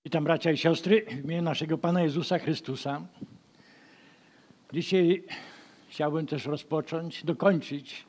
Witam bracia i siostry w imieniu naszego Pana Jezusa Chrystusa. Dzisiaj chciałbym też dokończyć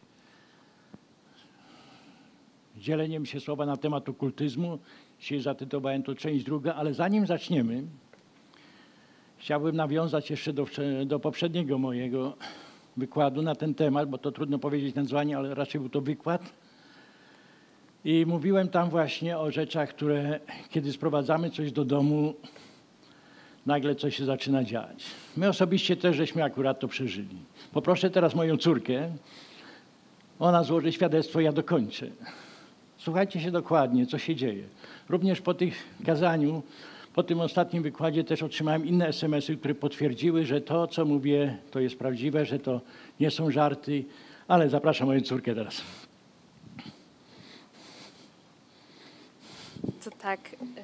dzieleniem się słowa na temat okultyzmu. Dzisiaj zatytułowałem to część druga, ale zanim zaczniemy, chciałbym nawiązać jeszcze do poprzedniego mojego wykładu na ten temat, bo to trudno powiedzieć nazwanie, ale raczej był to wykład. I mówiłem tam właśnie o rzeczach, które kiedy sprowadzamy coś do domu, nagle coś się zaczyna dziać. My osobiście też żeśmy akurat to przeżyli. Poproszę teraz moją córkę, ona złoży świadectwo, ja dokończę. Słuchajcie się dokładnie, co się dzieje. Również po tych kazaniu, po tym ostatnim wykładzie też otrzymałem inne SMS-y, które potwierdziły, że to, co mówię, to jest prawdziwe, że to nie są żarty, ale zapraszam moją córkę teraz. To tak.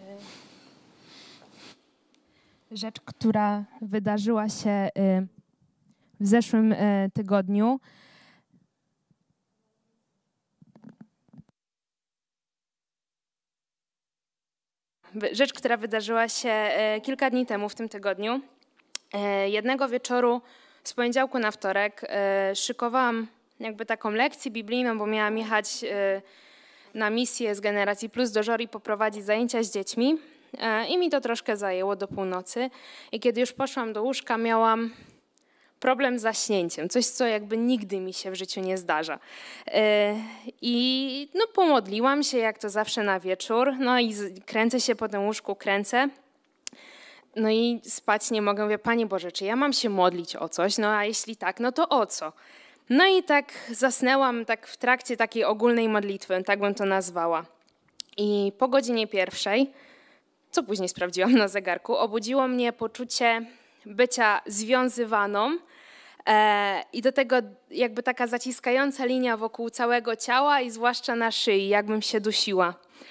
Rzecz, która wydarzyła się w zeszłym tygodniu. Rzecz, która wydarzyła się kilka dni temu w tym tygodniu. Jednego wieczoru z poniedziałku na wtorek szykowałam jakby taką lekcję biblijną, bo miałam jechać na misję z Generacji Plus do Żor i poprowadzić zajęcia z dziećmi i mi to troszkę zajęło do północy. I kiedy już poszłam do łóżka, miałam problem z zaśnięciem, coś, co jakby nigdy mi się w życiu nie zdarza. I pomodliłam się, jak to zawsze na wieczór, no i kręcę się po tym łóżku, no i spać nie mogę. Mówię, Panie Boże, czy ja mam się modlić o coś? No a jeśli tak, no to o co? No i tak zasnęłam tak w trakcie takiej ogólnej modlitwy, tak bym to nazwała. I po godzinie 1:00, co później sprawdziłam na zegarku, obudziło mnie poczucie bycia związywaną i do tego jakby taka zaciskająca linia wokół całego ciała i zwłaszcza na szyi, jakbym się dusiła.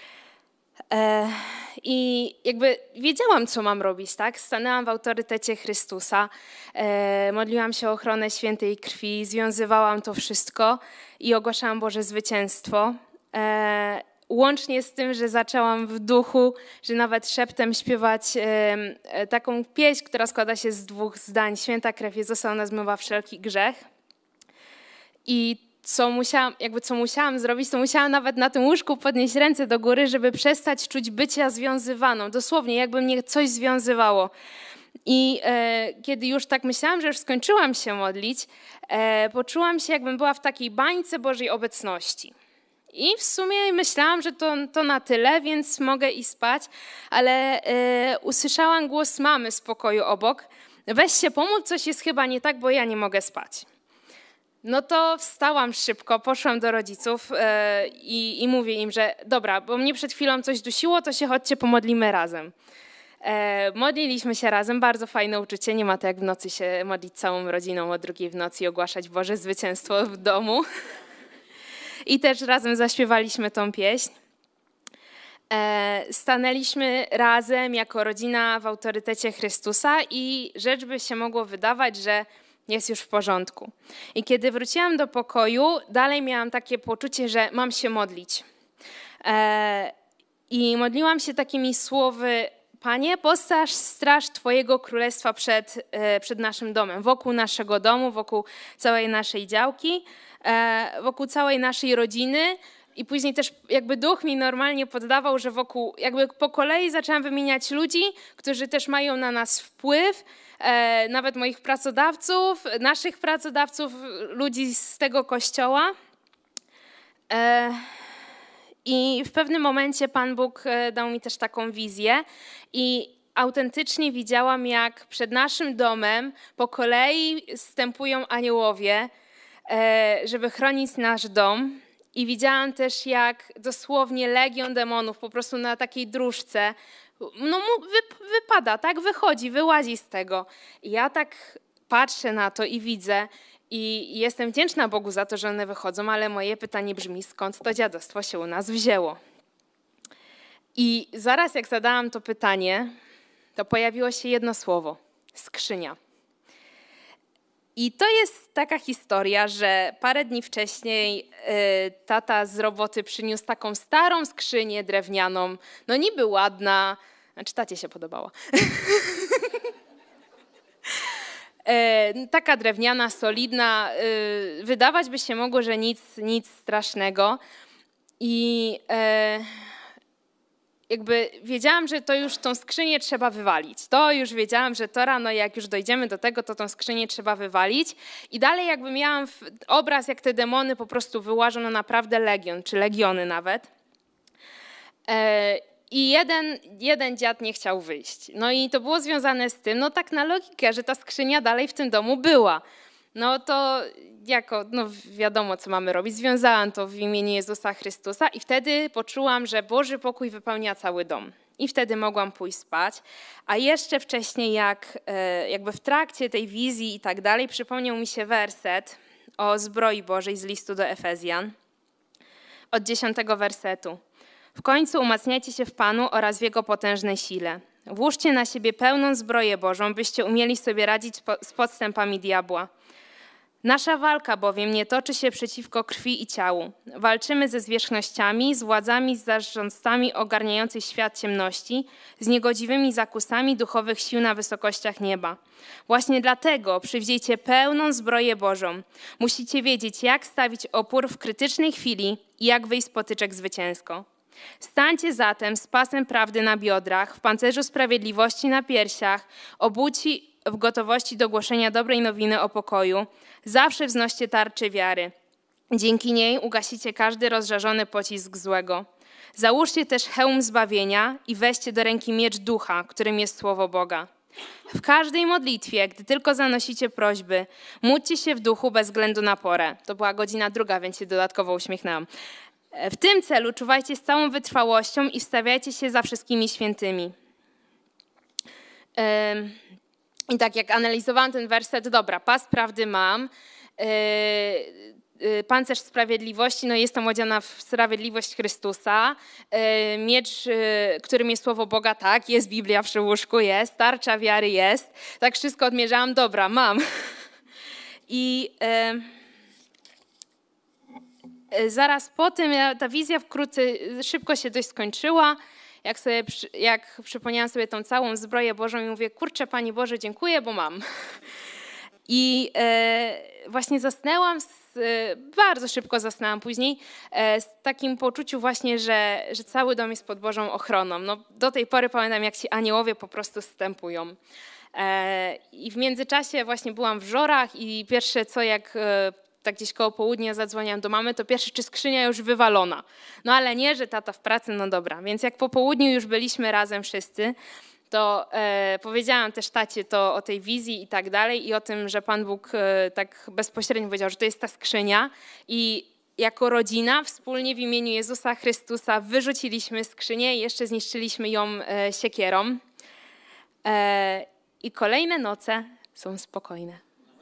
I jakby wiedziałam, co mam robić, tak? Stanęłam w autorytecie Chrystusa, modliłam się o ochronę świętej krwi, związywałam to wszystko i ogłaszałam Boże zwycięstwo. Łącznie z tym, że zaczęłam w duchu, że nawet szeptem śpiewać taką pieśń, która składa się z 2 zdań. Święta krew Jezusa, ona zmywa wszelki grzech. I co musiałam zrobić, to musiałam nawet na tym łóżku podnieść ręce do góry, żeby przestać czuć bycia związywaną. Dosłownie, jakby mnie coś związywało. I kiedy już tak myślałam, że już skończyłam się modlić, poczułam się, jakbym była w takiej bańce Bożej obecności. I w sumie myślałam, że to na tyle, więc mogę iść spać, ale usłyszałam głos mamy z pokoju obok. Weź się pomódl, coś jest chyba nie tak, bo ja nie mogę spać. No to wstałam szybko, poszłam do rodziców i mówię im, że dobra, bo mnie przed chwilą coś dusiło, to się chodźcie pomodlimy razem. Modliliśmy się razem, bardzo fajne uczucie, nie ma to jak w nocy się modlić całą rodziną o 2:00 w nocy i ogłaszać Boże zwycięstwo w domu. I też razem zaśpiewaliśmy tą pieśń. Stanęliśmy razem jako rodzina w autorytecie Chrystusa i rzecz by się mogło wydawać, że jest już w porządku. I kiedy wróciłam do pokoju, dalej miałam takie poczucie, że mam się modlić. I modliłam się takimi słowy: Panie, postaż straż Twojego Królestwa przed naszym domem, wokół naszego domu, wokół całej naszej działki, wokół całej naszej rodziny. I później też jakby duch mi normalnie poddawał, że wokół, jakby po kolei zaczęłam wymieniać ludzi, którzy też mają na nas wpływ, nawet moich pracodawców, naszych pracodawców, ludzi z tego kościoła. I w pewnym momencie Pan Bóg dał mi też taką wizję i autentycznie widziałam, jak przed naszym domem po kolei zstępują aniołowie, żeby chronić nasz dom. I widziałam też, jak dosłownie legion demonów po prostu na takiej dróżce wypada, tak? Wychodzi, wyłazi z tego. I ja tak patrzę na to i widzę i jestem wdzięczna Bogu za to, że one wychodzą, ale moje pytanie brzmi, skąd to dziadostwo się u nas wzięło? I zaraz jak zadałam to pytanie, to pojawiło się jedno słowo: skrzynia. I to jest taka historia, że parę dni wcześniej tata z roboty przyniósł taką starą skrzynię drewnianą, no niby ładna, Znaczy tacie się podobała. Taka drewniana, solidna. Wydawać by się mogło, że nic strasznego. I jakby wiedziałam, że to już tą skrzynię trzeba wywalić. To już wiedziałam, że to rano, jak już dojdziemy do tego, to tą skrzynię trzeba wywalić. I dalej jakby miałam obraz, jak te demony po prostu wyłażą na naprawdę legion, czy legiony nawet. I jeden dziad nie chciał wyjść. No i to było związane z tym, no tak na logikę, że ta skrzynia dalej w tym domu była. No to wiadomo, co mamy robić. Związałam to w imieniu Jezusa Chrystusa i wtedy poczułam, że Boży pokój wypełnia cały dom. I wtedy mogłam pójść spać. A jeszcze wcześniej, jakby w trakcie tej wizji i tak dalej, przypomniał mi się werset o zbroi Bożej z listu do Efezjan od 10 wersetu. W końcu umacniajcie się w Panu oraz w Jego potężnej sile. Włóżcie na siebie pełną zbroję Bożą, byście umieli sobie radzić z podstępami diabła. Nasza walka bowiem nie toczy się przeciwko krwi i ciału. Walczymy ze zwierzchnościami, z władzami, z zarządcami ogarniających świat ciemności, z niegodziwymi zakusami duchowych sił na wysokościach nieba. Właśnie dlatego przywdziejcie pełną zbroję Bożą. Musicie wiedzieć, jak stawić opór w krytycznej chwili i jak wyjść z potyczek zwycięsko. Stańcie zatem z pasem prawdy na biodrach, w pancerzu sprawiedliwości na piersiach, obuci w gotowości do głoszenia dobrej nowiny o pokoju. Zawsze wznoście tarczę wiary. Dzięki niej ugasicie każdy rozżarzony pocisk złego. Załóżcie też hełm zbawienia i weźcie do ręki miecz ducha, którym jest słowo Boga. W każdej modlitwie, gdy tylko zanosicie prośby, módlcie się w duchu bez względu na porę. To była godzina 2, więc się dodatkowo uśmiechnęłam. W tym celu czuwajcie z całą wytrwałością i wstawiajcie się za wszystkimi świętymi. I tak jak analizowałam ten werset, dobra, pas prawdy mam, pancerz sprawiedliwości, no jestem odziana w sprawiedliwość Chrystusa, miecz, którym jest słowo Boga, tak, jest Biblia przy łóżku, jest, tarcza wiary jest, tak wszystko odmierzałam, dobra, mam. I zaraz po tym ta wizja wkrótce szybko się dość skończyła. Jak przypomniałam sobie tą całą zbroję Bożą i mówię, kurczę, Pani Boże, dziękuję, bo mam. I właśnie zasnęłam, bardzo szybko zasnęłam później, z takim poczuciu właśnie, że cały dom jest pod Bożą ochroną. No, do tej pory pamiętam, jak ci aniołowie po prostu zstępują. I w międzyczasie właśnie byłam w Żorach i pierwsze co, jak tak gdzieś koło południa zadzwoniłam do mamy, to pierwsze, czy skrzynia już wywalona. No ale nie, że tata w pracy, no dobra. Więc jak po południu już byliśmy razem wszyscy, to powiedziałam też tacie to o tej wizji i tak dalej i o tym, że Pan Bóg tak bezpośrednio powiedział, że to jest ta skrzynia i jako rodzina wspólnie w imieniu Jezusa Chrystusa wyrzuciliśmy skrzynię i jeszcze zniszczyliśmy ją siekierą. I kolejne noce są spokojne.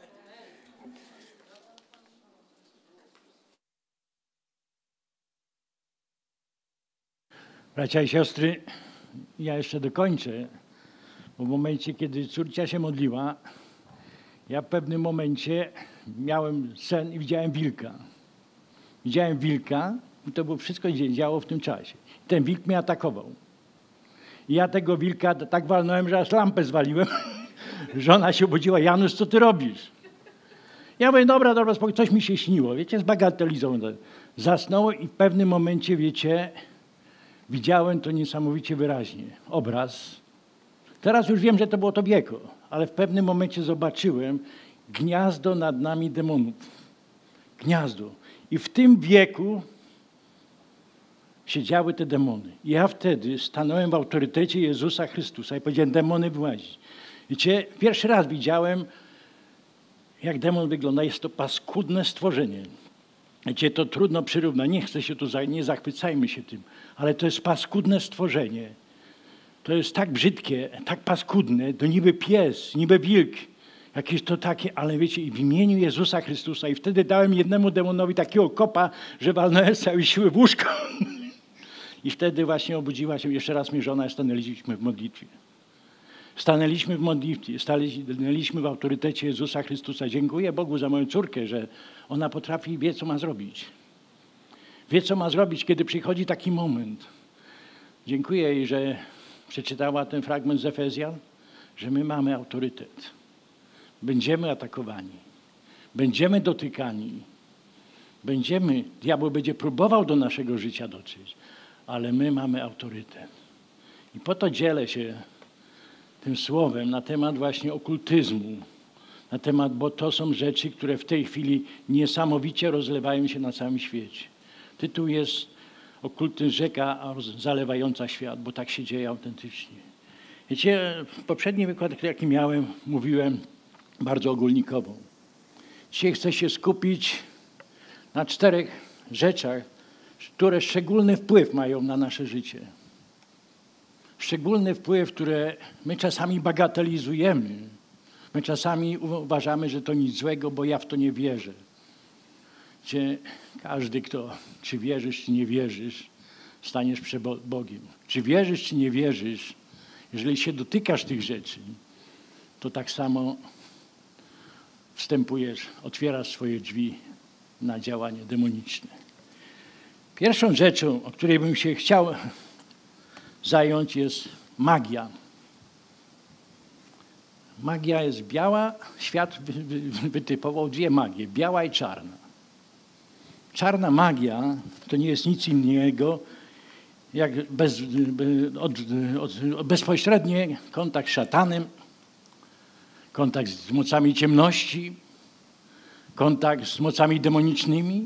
Bracia i siostry, ja jeszcze dokończę, bo w momencie, kiedy córcia się modliła, ja w pewnym momencie miałem sen i widziałem wilka. Widziałem wilka i to było wszystko działo w tym czasie. Ten wilk mnie atakował. I ja tego wilka tak walnąłem, że aż lampę zwaliłem. Żona się obudziła, Janusz, co ty robisz? Ja mówię, dobra, spokojnie, coś mi się śniło, wiecie, zbagatelizowane. Zasnąłem i w pewnym momencie, wiecie, widziałem to niesamowicie wyraźnie. Obraz. Teraz już wiem, że to było to wieko, ale w pewnym momencie zobaczyłem gniazdo nad nami demonów. Gniazdo. I w tym wieku siedziały te demony. I ja wtedy stanąłem w autorytecie Jezusa Chrystusa i powiedziałem, demony wyłazić. Wiecie, pierwszy raz widziałem, jak demon wygląda. Jest to paskudne stworzenie. Wiecie, to trudno przyrównać. Nie chcę się tu, nie zachwycajmy się tym, ale to jest paskudne stworzenie. To jest tak brzydkie, tak paskudne, to niby pies, niby wilk. Jakieś to takie, ale wiecie, i w imieniu Jezusa Chrystusa. I wtedy dałem jednemu demonowi takiego kopa, że walnąłem z całej siły w łóżko. I wtedy właśnie obudziła się jeszcze raz mi żona i stanęliśmy w modlitwie. Stanęliśmy w modlitwie, stanęliśmy w autorytecie Jezusa Chrystusa. Dziękuję Bogu za moją córkę, że ona potrafi, wie co ma zrobić. Wie co ma zrobić, kiedy przychodzi taki moment. Dziękuję jej, że przeczytała ten fragment z Efezjan, że my mamy autorytet. Będziemy atakowani, będziemy dotykani, diabeł będzie próbował do naszego życia dotrzeć, ale my mamy autorytet. I po to dzielę się tym słowem na temat właśnie okultyzmu, bo to są rzeczy, które w tej chwili niesamowicie rozlewają się na całym świecie. Tytuł jest Okultyzm, rzeka zalewająca świat, bo tak się dzieje autentycznie. Wiecie, w poprzednim wykładzie, jaki miałem, mówiłem bardzo ogólnikowo. Dzisiaj chcę się skupić na 4 rzeczach, które szczególny wpływ mają na nasze życie. Szczególny wpływ, które my czasami bagatelizujemy. My czasami uważamy, że to nic złego, bo ja w to nie wierzę. Każdy, czy wierzysz, czy nie wierzysz, staniesz przed Bogiem. Czy wierzysz, czy nie wierzysz, jeżeli się dotykasz tych rzeczy, to tak samo otwierasz swoje drzwi na działanie demoniczne. Pierwszą rzeczą, o której bym się chciał zająć, jest magia. Magia jest biała. Świat wytypował 2 magie, biała i czarna. Czarna magia to nie jest nic innego jak bezpośredni kontakt z szatanem, kontakt z mocami ciemności, kontakt z mocami demonicznymi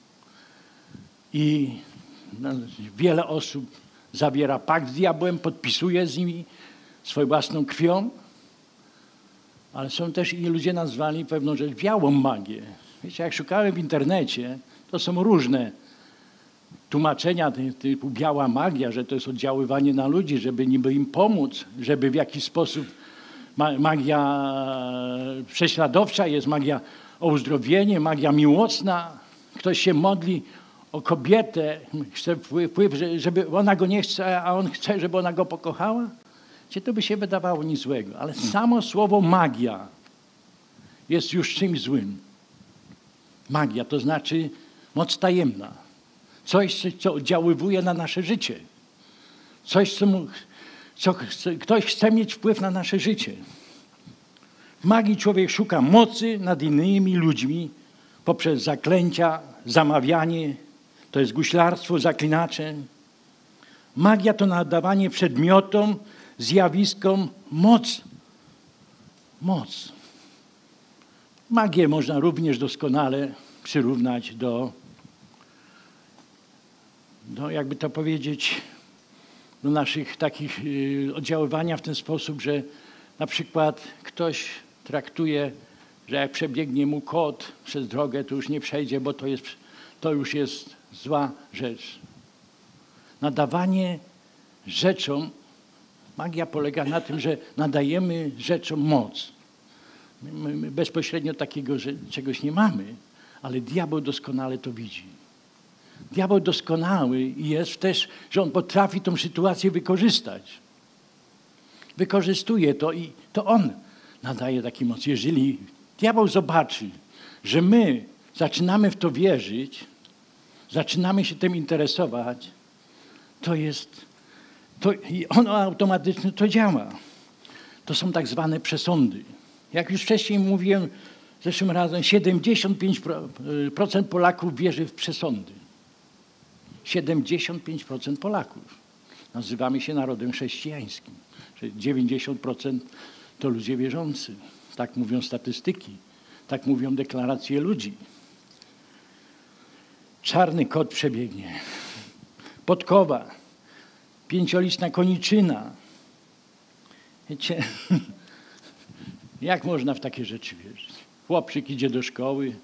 i wiele osób zawiera pakt z diabłem, podpisuje z nimi swoją własną krwią, ale są też inni ludzie nazwani pewną rzecz białą magię. Wiecie, jak szukałem w internecie, to są różne tłumaczenia typu biała magia, że to jest oddziaływanie na ludzi, żeby niby im pomóc, żeby w jakiś sposób magia prześladowcza jest, magia o uzdrowienie, magia miłosna. Ktoś się modli o kobietę, chce wpływ, żeby ona go nie chce, a on chce, żeby ona go pokochała. To by się wydawało nic złego, ale samo słowo magia jest już czymś złym. Magia to znaczy moc tajemna. Coś, co oddziaływuje na nasze życie. Coś, ktoś chce mieć wpływ na nasze życie. W magii człowiek szuka mocy nad innymi ludźmi poprzez zaklęcia, zamawianie, to jest guślarstwo, zaklinacze. Magia to nadawanie przedmiotom, zjawiskom moc. Moc. Magię można również doskonale przyrównać do jakby to powiedzieć, do naszych takich oddziaływania w ten sposób, że na przykład ktoś traktuje, że jak przebiegnie mu kot przez drogę, to już nie przejdzie, bo to już jest zła rzecz. Nadawanie rzeczom, magia polega na tym, że nadajemy rzeczom moc. My bezpośrednio takiego czegoś nie mamy, ale diabeł doskonale to widzi. Diabeł doskonały jest też, że on potrafi tą sytuację wykorzystać. Wykorzystuje to i to on nadaje taką moc. Jeżeli diabeł zobaczy, że my zaczynamy w to wierzyć, zaczynamy się tym interesować, i on automatycznie to działa. To są tak zwane przesądy. Jak już wcześniej mówiłem, zeszłym razem 75% Polaków wierzy w przesądy. 75% Polaków. Nazywamy się narodem chrześcijańskim. 90% to ludzie wierzący. Tak mówią statystyki. Tak mówią deklaracje ludzi. Czarny kot przebiegnie. Podkowa. 5-listna koniczyna. Wiecie, jak można w takie rzeczy wierzyć? Chłopczyk idzie do szkoły,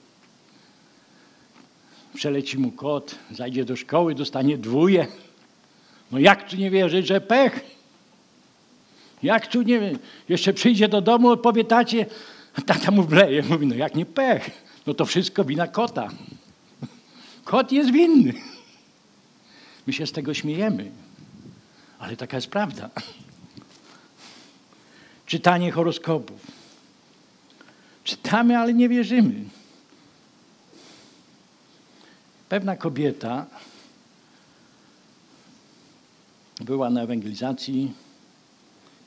przeleci mu kot, zajdzie do szkoły, dostanie 2. No jak tu nie wierzyć, że pech? Jak tu nie... Jeszcze przyjdzie do domu, odpowie tacie, tata mu wleje. Mówi, no jak nie pech? No to wszystko wina kota. Kot jest winny. My się z tego śmiejemy, ale taka jest prawda. Czytanie horoskopów. Czytamy, ale nie wierzymy. Pewna kobieta była na ewangelizacji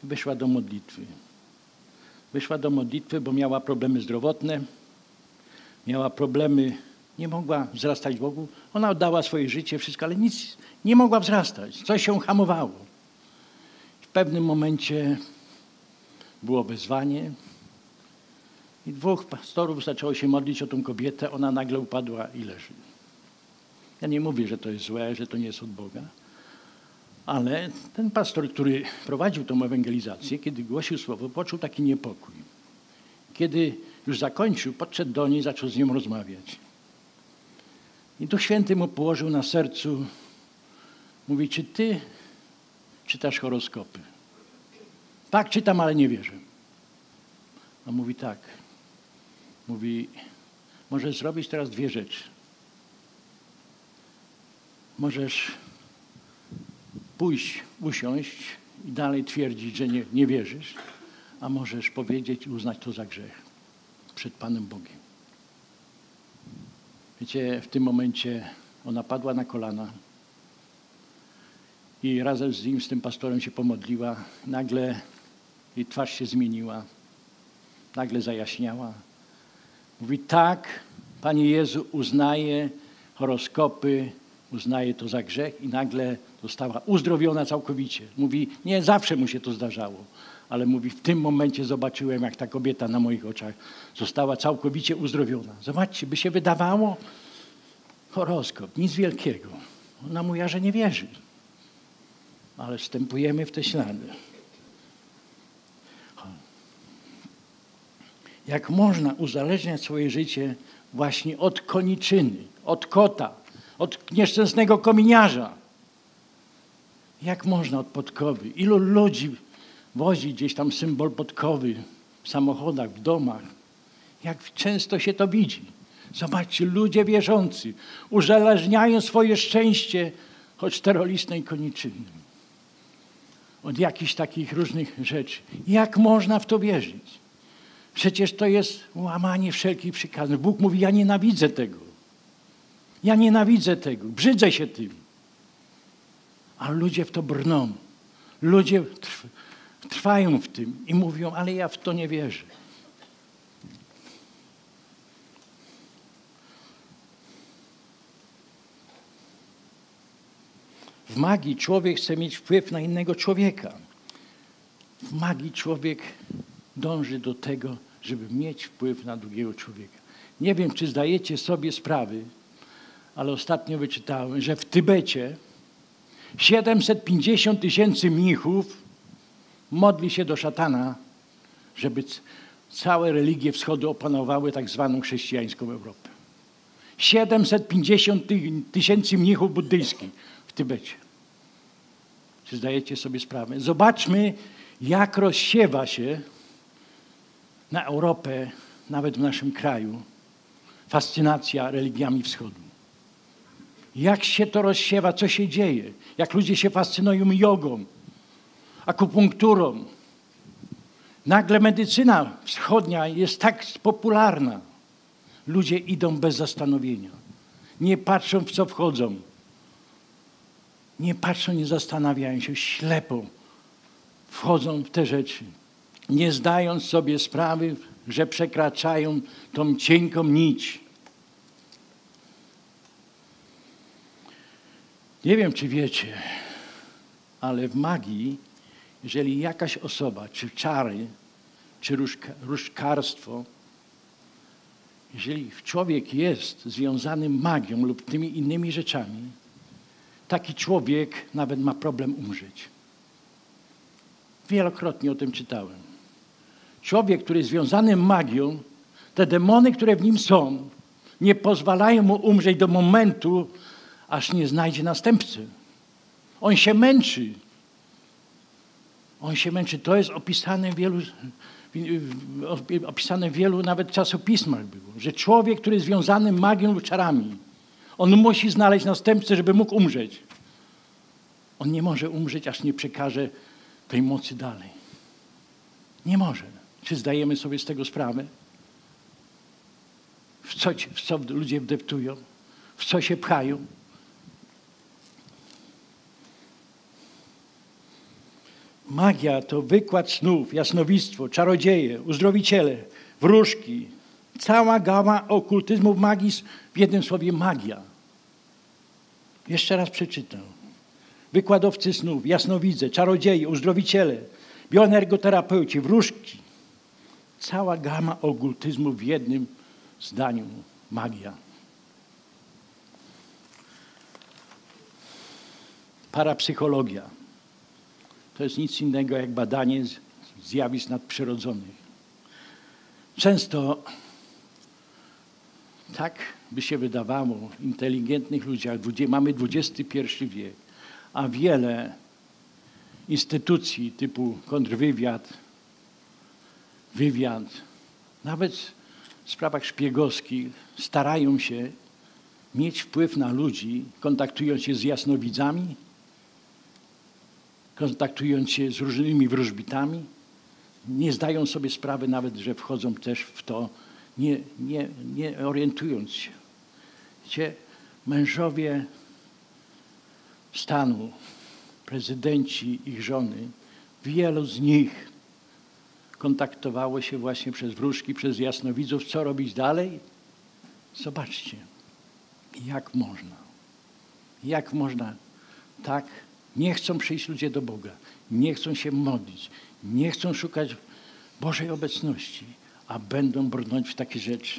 Wyszła do modlitwy. Wyszła do modlitwy, bo miała problemy zdrowotne, miała problemy, nie mogła wzrastać w Bogu. Ona oddała swoje życie, wszystko, ale nic nie mogła wzrastać. Coś ją hamowało. W pewnym momencie było wezwanie i 2 pastorów zaczęło się modlić o tą kobietę. Ona nagle upadła i leży. Ja nie mówię, że to jest złe, że to nie jest od Boga, ale ten pastor, który prowadził tą ewangelizację, kiedy głosił słowo, poczuł taki niepokój. Kiedy już zakończył, podszedł do niej, zaczął z nią rozmawiać. I Duch Święty mu położył na sercu, mówi, czy ty czytasz horoskopy? Tak, czytam, ale nie wierzę. A mówi tak. Mówi, możesz zrobić teraz 2 rzeczy. Możesz pójść, usiąść i dalej twierdzić, że nie wierzysz, a możesz powiedzieć i uznać to za grzech przed Panem Bogiem. Wiecie, w tym momencie ona padła na kolana i razem z nim, z tym pastorem się pomodliła. Nagle jej twarz się zmieniła, nagle zajaśniała. Mówi, tak, Panie Jezu, uznaję horoskopy, uznaje to za grzech i nagle została uzdrowiona całkowicie. Mówi, nie zawsze mu się to zdarzało, ale mówi, w tym momencie zobaczyłem, jak ta kobieta na moich oczach została całkowicie uzdrowiona. Zobaczcie, by się wydawało, horoskop, nic wielkiego. Ona mówi, że nie wierzy. Ale wstępujemy w te ślady. Jak można uzależniać swoje życie właśnie od koniczyny, od kota, od nieszczęsnego kominiarza? Jak można od podkowy? Ilu ludzi wozi gdzieś tam symbol podkowy w samochodach, w domach? Jak często się to widzi? Zobaczcie, ludzie wierzący uzależniają swoje szczęście od czterolistnej koniczyny. Od jakichś takich różnych rzeczy. Jak można w to wierzyć? Przecież to jest łamanie wszelkich przykazań. Bóg mówi, ja nienawidzę tego. Ja nienawidzę tego. Brzydzę się tym. A ludzie w to brną. Ludzie trwają w tym i mówią, ale ja w to nie wierzę. W magii człowiek chce mieć wpływ na innego człowieka. W magii człowiek dąży do tego, żeby mieć wpływ na drugiego człowieka. Nie wiem, czy zdajecie sobie sprawy, ale ostatnio wyczytałem, że w Tybecie 750 000 mnichów modli się do szatana, żeby całe religie wschodu opanowały tak zwaną chrześcijańską Europę. 750 000 mnichów buddyjskich w Tybecie. Czy zdajecie sobie sprawę? Zobaczmy, jak rozsiewa się na Europę, nawet w naszym kraju, fascynacja religiami wschodu. Jak się to rozsiewa, co się dzieje? Jak ludzie się fascynują jogą, akupunkturą. Nagle medycyna wschodnia jest tak popularna. Ludzie idą bez zastanowienia. Nie patrzą, w co wchodzą. Nie patrzą, nie zastanawiają się, ślepo wchodzą w te rzeczy. Nie zdając sobie sprawy, że przekraczają tą cienką nić. Nie wiem, czy wiecie, ale w magii, jeżeli jakaś osoba, czy czary, czy różdżkarstwo, jeżeli człowiek jest związany magią lub tymi innymi rzeczami, taki człowiek nawet ma problem umrzeć. Wielokrotnie o tym czytałem. Człowiek, który jest związany magią, te demony, które w nim są, nie pozwalają mu umrzeć do momentu, aż nie znajdzie następcy. On się męczy. On się męczy. To jest opisane w wielu nawet czasopismach było, że człowiek, który jest związany magią lub czarami, on musi znaleźć następcę, żeby mógł umrzeć. On nie może umrzeć, aż nie przekaże tej mocy dalej. Nie może. Czy zdajemy sobie z tego sprawę? W co ludzie wdeptują? W co się pchają? Magia to wykład snów, jasnowictwo, czarodzieje, uzdrowiciele, wróżki. Cała gama okultyzmów magii, w jednym słowie magia. Jeszcze raz przeczytam. Wykładowcy snów, jasnowidze, czarodzieje, uzdrowiciele, bioenergoterapeuci, wróżki. Cała gama okultyzmów w jednym zdaniu. Magia. Parapsychologia. To jest nic innego jak badanie zjawisk nadprzyrodzonych. Często tak by się wydawało inteligentnych ludziach, mamy XXI wiek, a wiele instytucji typu kontrwywiad, wywiad, nawet w sprawach szpiegowskich starają się mieć wpływ na ludzi, kontaktując się z jasnowidzami, kontaktując się z różnymi wróżbitami. Nie zdają sobie sprawy nawet, że wchodzą też w to, nie orientując się. Wiecie, mężowie stanu, prezydenci, ich żony, wielu z nich kontaktowało się właśnie przez wróżki, przez jasnowidzów. Co robić dalej? Zobaczcie, jak można tak, nie chcą przyjść ludzie do Boga, nie chcą się modlić, nie chcą szukać Bożej obecności, a będą brnąć w takie rzeczy.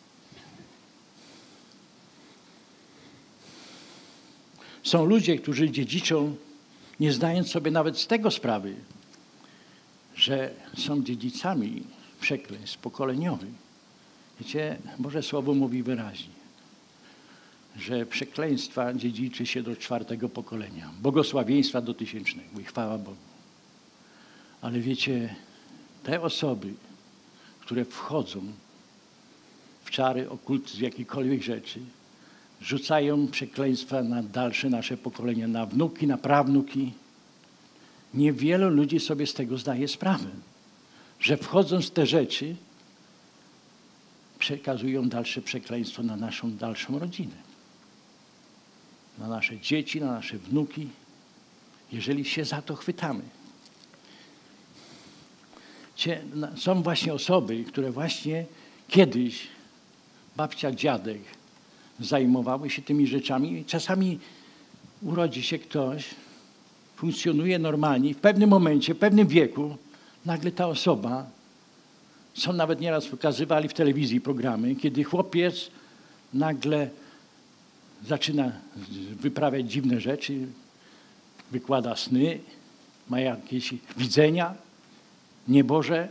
Są ludzie, którzy dziedziczą, nie zdając sobie nawet z tego sprawy, że są dziedzicami przekleństw pokoleniowych. Wiecie, Boże Słowo mówi wyraźnie, że przekleństwa dziedziczy się do 4. pokolenia, błogosławieństwa do 1000. I chwała Bogu. Ale wiecie, te osoby, które wchodzą w czary, okultyzm, jakiejkolwiek rzeczy, rzucają przekleństwa na dalsze nasze pokolenia, na wnuki, na prawnuki. Niewielu ludzi sobie z tego zdaje sprawę, że wchodząc w te rzeczy, przekazują dalsze przekleństwo na naszą dalszą rodzinę. Na nasze dzieci, na nasze wnuki, jeżeli się za to chwytamy. Są właśnie osoby, które właśnie kiedyś babcia, dziadek zajmowały się tymi rzeczami. Czasami urodzi się ktoś, funkcjonuje normalnie i w pewnym momencie, w pewnym wieku nagle ta osoba, są nawet nieraz pokazywali w telewizji programy, kiedy chłopiec nagle zaczyna wyprawiać dziwne rzeczy, wykłada sny, ma jakieś widzenia nieboże,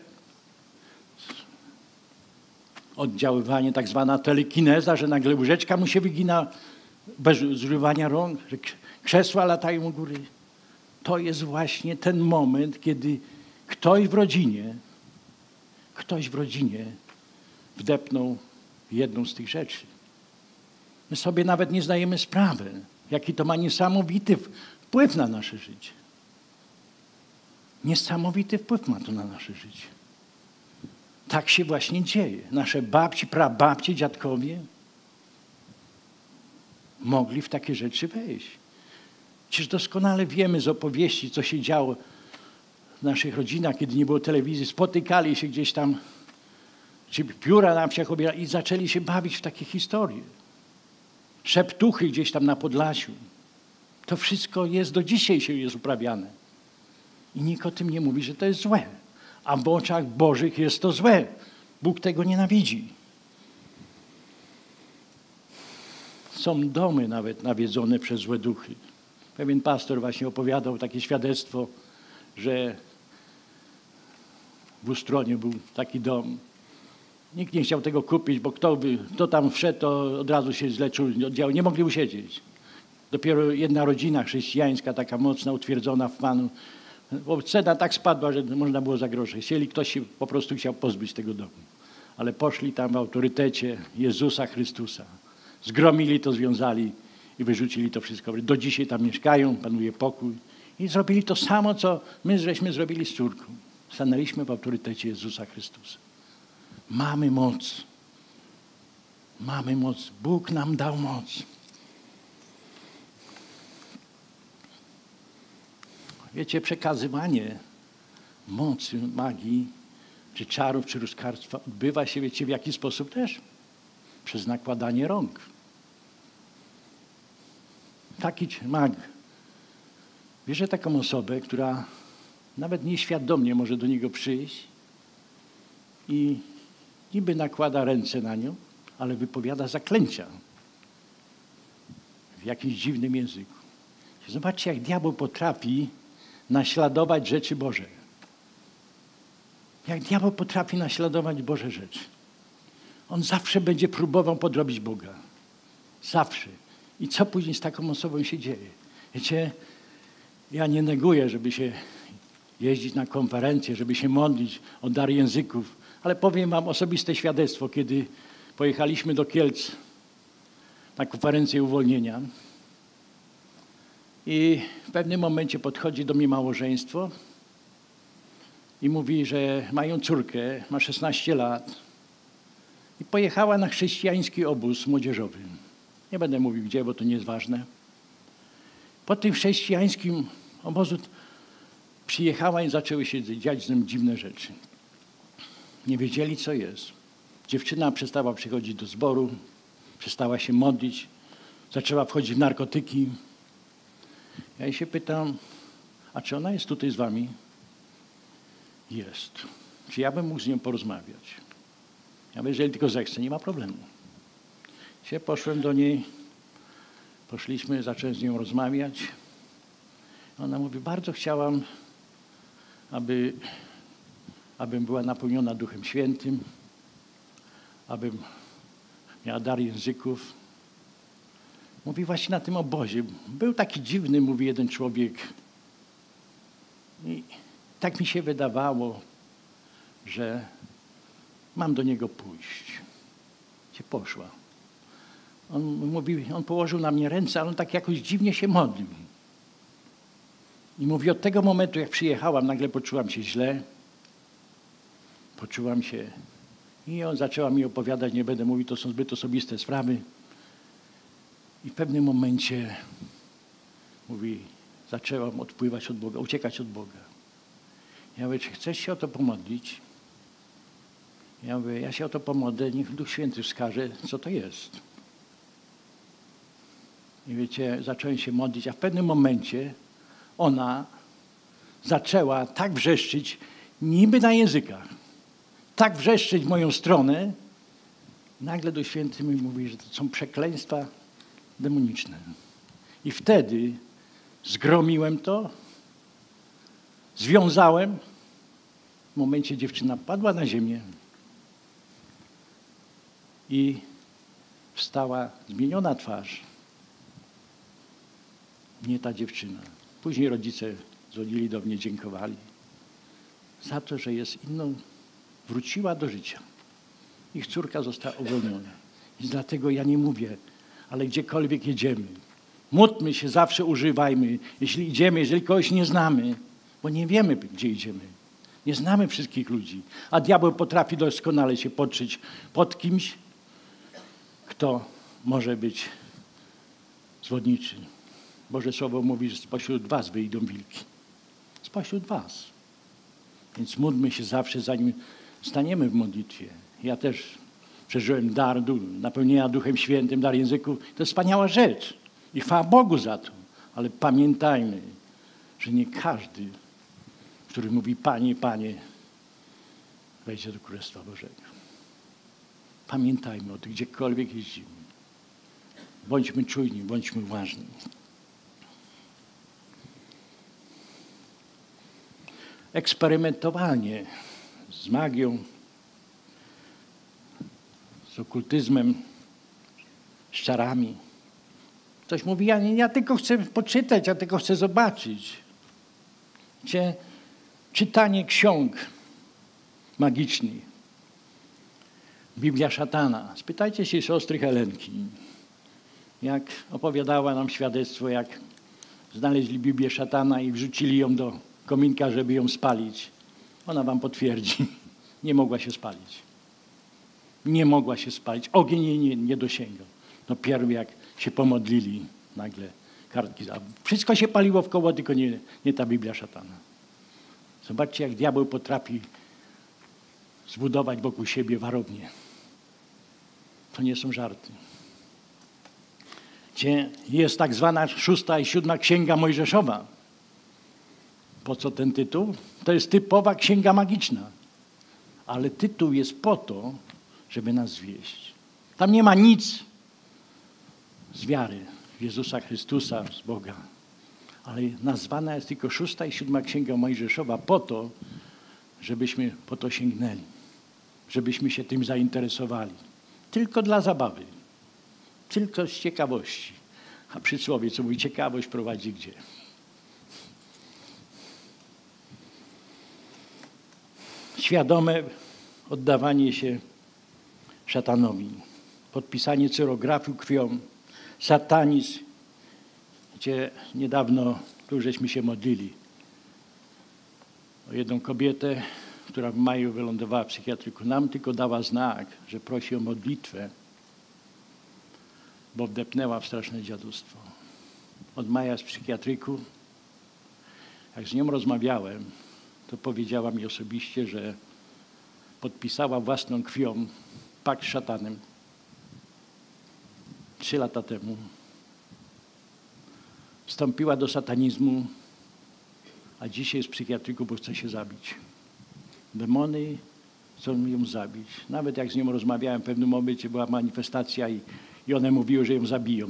oddziaływanie, tak zwana telekineza, że nagle łyżeczka mu się wygina bez zużywania rąk, że krzesła latają u góry. To jest właśnie ten moment, kiedy ktoś w rodzinie wdepnął jedną z tych rzeczy. My sobie nawet nie zdajemy sprawy, jaki to ma niesamowity wpływ na nasze życie. Niesamowity wpływ ma to na nasze życie. Tak się właśnie dzieje. Nasze babci, prababci, dziadkowie mogli w takie rzeczy wejść. Przecież doskonale wiemy z opowieści, co się działo w naszych rodzinach, kiedy nie było telewizji. Spotykali się gdzieś tam, czy pióra na wsiach obierali i zaczęli się bawić w takie historie. Szeptuchy gdzieś tam na Podlasiu. To wszystko jest, do dzisiaj się jest uprawiane. I nikt o tym nie mówi, że to jest złe. A w oczach Bożych jest to złe. Bóg tego nienawidzi. Są domy nawet nawiedzone przez złe duchy. Pewien pastor właśnie opowiadał takie świadectwo, że w Ustronie był taki dom. Nikt nie chciał tego kupić, bo kto tam wszedł, to od razu się źle czuł, oddziały. Nie mogli usiedzieć. Dopiero jedna rodzina chrześcijańska, taka mocna, utwierdzona w Panu, bo cena tak spadła, że można było za grosze. Ktoś się po prostu chciał pozbyć tego domu. Ale poszli tam w autorytecie Jezusa Chrystusa. Zgromili to, związali i wyrzucili to wszystko. Do dzisiaj tam mieszkają, panuje pokój. I zrobili to samo, co my żeśmy zrobili z córką. Stanęliśmy w autorytecie Jezusa Chrystusa. Mamy moc. Mamy moc. Bóg nam dał moc. Wiecie, przekazywanie mocy, magii, czy czarów, czy różdżkarstwa odbywa się, wiecie w jaki sposób też? Przez nakładanie rąk. Taki mag bierze taką osobę, która nawet nieświadomie może do niego przyjść i niby nakłada ręce na nią, ale wypowiada zaklęcia w jakimś dziwnym języku. Zobaczcie, jak diabeł potrafi naśladować rzeczy Boże. Jak diabeł potrafi naśladować Boże rzeczy. On zawsze będzie próbował podrobić Boga. Zawsze. I co później z taką osobą się dzieje? Wiecie, ja nie neguję, żeby się jeździć na konferencje, żeby się modlić o dar języków, ale powiem wam osobiste świadectwo, kiedy pojechaliśmy do Kielc na konferencję uwolnienia i w pewnym momencie podchodzi do mnie małżeństwo i mówi, że mają córkę, ma 16 lat i pojechała na chrześcijański obóz młodzieżowy. Nie będę mówił gdzie, bo to nie jest ważne. Po tym chrześcijańskim obozu przyjechała i zaczęły się dziać z nim dziwne rzeczy. Nie wiedzieli, co jest. Dziewczyna przestała przychodzić do zboru, przestała się modlić, zaczęła wchodzić w narkotyki. Ja jej się pytam, a czy ona jest tutaj z wami? Jest. Czy ja bym mógł z nią porozmawiać? Ja mówię, jeżeli tylko zechce, nie ma problemu. Poszłem do niej, poszliśmy, zacząłem z nią rozmawiać. Ona mówi, bardzo chciałam, abym była napełniona Duchem Świętym, abym miała dar języków. Mówi, właśnie na tym obozie był taki dziwny, mówi jeden człowiek. I tak mi się wydawało, że mam do niego pójść. Poszła. On mówi, on położył na mnie ręce, ale on tak jakoś dziwnie się modlił. I mówi, od tego momentu, jak przyjechałam, nagle poczułam się źle. Poczułam się... I on zaczęła mi opowiadać, nie będę mówił, to są zbyt osobiste sprawy. I w pewnym momencie, mówi, zaczęłam odpływać od Boga, uciekać od Boga. Ja mówię, czy chcesz się o to pomodlić? Ja mówię, ja się o to pomodlę, niech Duch Święty wskaże, co to jest. I wiecie, zacząłem się modlić, a w pewnym momencie ona zaczęła tak wrzeszczyć, niby na językach, tak wrzeszczeć w moją stronę. Nagle Duch Święty mi mówi, że to są przekleństwa demoniczne. I wtedy zgromiłem to, związałem. W momencie dziewczyna padła na ziemię i wstała zmieniona twarz. Nie ta dziewczyna. Później rodzice dzwonili do mnie, dziękowali za to, że jest inną, wróciła do życia. Ich córka została uwolniona. I dlatego ja nie mówię, ale gdziekolwiek jedziemy, módlmy się, zawsze używajmy. Jeśli idziemy, jeżeli kogoś nie znamy, bo nie wiemy, gdzie idziemy. Nie znamy wszystkich ludzi. A diabeł potrafi doskonale się podszyć pod kimś, kto może być zwodniczy. Boże Słowo mówi, że spośród was wyjdą wilki. Spośród was. Więc módlmy się zawsze, zanim staniemy w modlitwie. Ja też przeżyłem dar napełnienia Duchem Świętym, dar języków. To jest wspaniała rzecz. I chwała Bogu za to. Ale pamiętajmy, że nie każdy, który mówi Panie, Panie, wejdzie do Królestwa Bożego. Pamiętajmy o tym, gdziekolwiek jeździmy. Bądźmy czujni, bądźmy uważni. Eksperymentowanie z magią, z okultyzmem, z czarami. Ktoś mówi, ja tylko chcę poczytać, ja tylko chcę zobaczyć. Wiecie, czytanie ksiąg magicznych. Biblia szatana. Spytajcie się siostry Helenki, jak opowiadała nam świadectwo, jak znaleźli Biblię szatana i wrzucili ją do kominka, żeby ją spalić. Ona wam potwierdzi. Nie mogła się spalić. Nie mogła się spalić. Ogień jej nie dosięgał. Dopiero jak się pomodlili, nagle kartki. Wszystko się paliło wkoło, tylko nie ta Biblia szatana. Zobaczcie, jak diabeł potrafi zbudować wokół siebie warownię. To nie są żarty. Gdzie jest tak zwana 6. i 7. Księga Mojżeszowa. Po co ten tytuł? To jest typowa księga magiczna. Ale tytuł jest po to, żeby nas zwieść. Tam nie ma nic z wiary w Jezusa Chrystusa, z Boga. Ale nazwana jest tylko 6. i 7. Księga Mojżeszowa po to, żebyśmy po to sięgnęli. Żebyśmy się tym zainteresowali. Tylko dla zabawy. Tylko z ciekawości. A przysłowie, co mówi, ciekawość prowadzi gdzie? Świadome oddawanie się szatanowi. Podpisanie cyrografii krwią. Satanizm. Gdzie niedawno tu żeśmy się modlili o jedną kobietę, która w maju wylądowała w psychiatryku. Nam tylko dała znak, że prosi o modlitwę, bo wdepnęła w straszne dziadostwo. Od maja z psychiatryku. Jak z nią rozmawiałem, to powiedziała mi osobiście, że podpisała własną krwią pakt z szatanem 3 lata temu. Wstąpiła do satanizmu, a dzisiaj jest w psychiatryku, bo chce się zabić. Demony chcą ją zabić. Nawet jak z nią rozmawiałem, w pewnym momencie była manifestacja i one mówiły, że ją zabiją.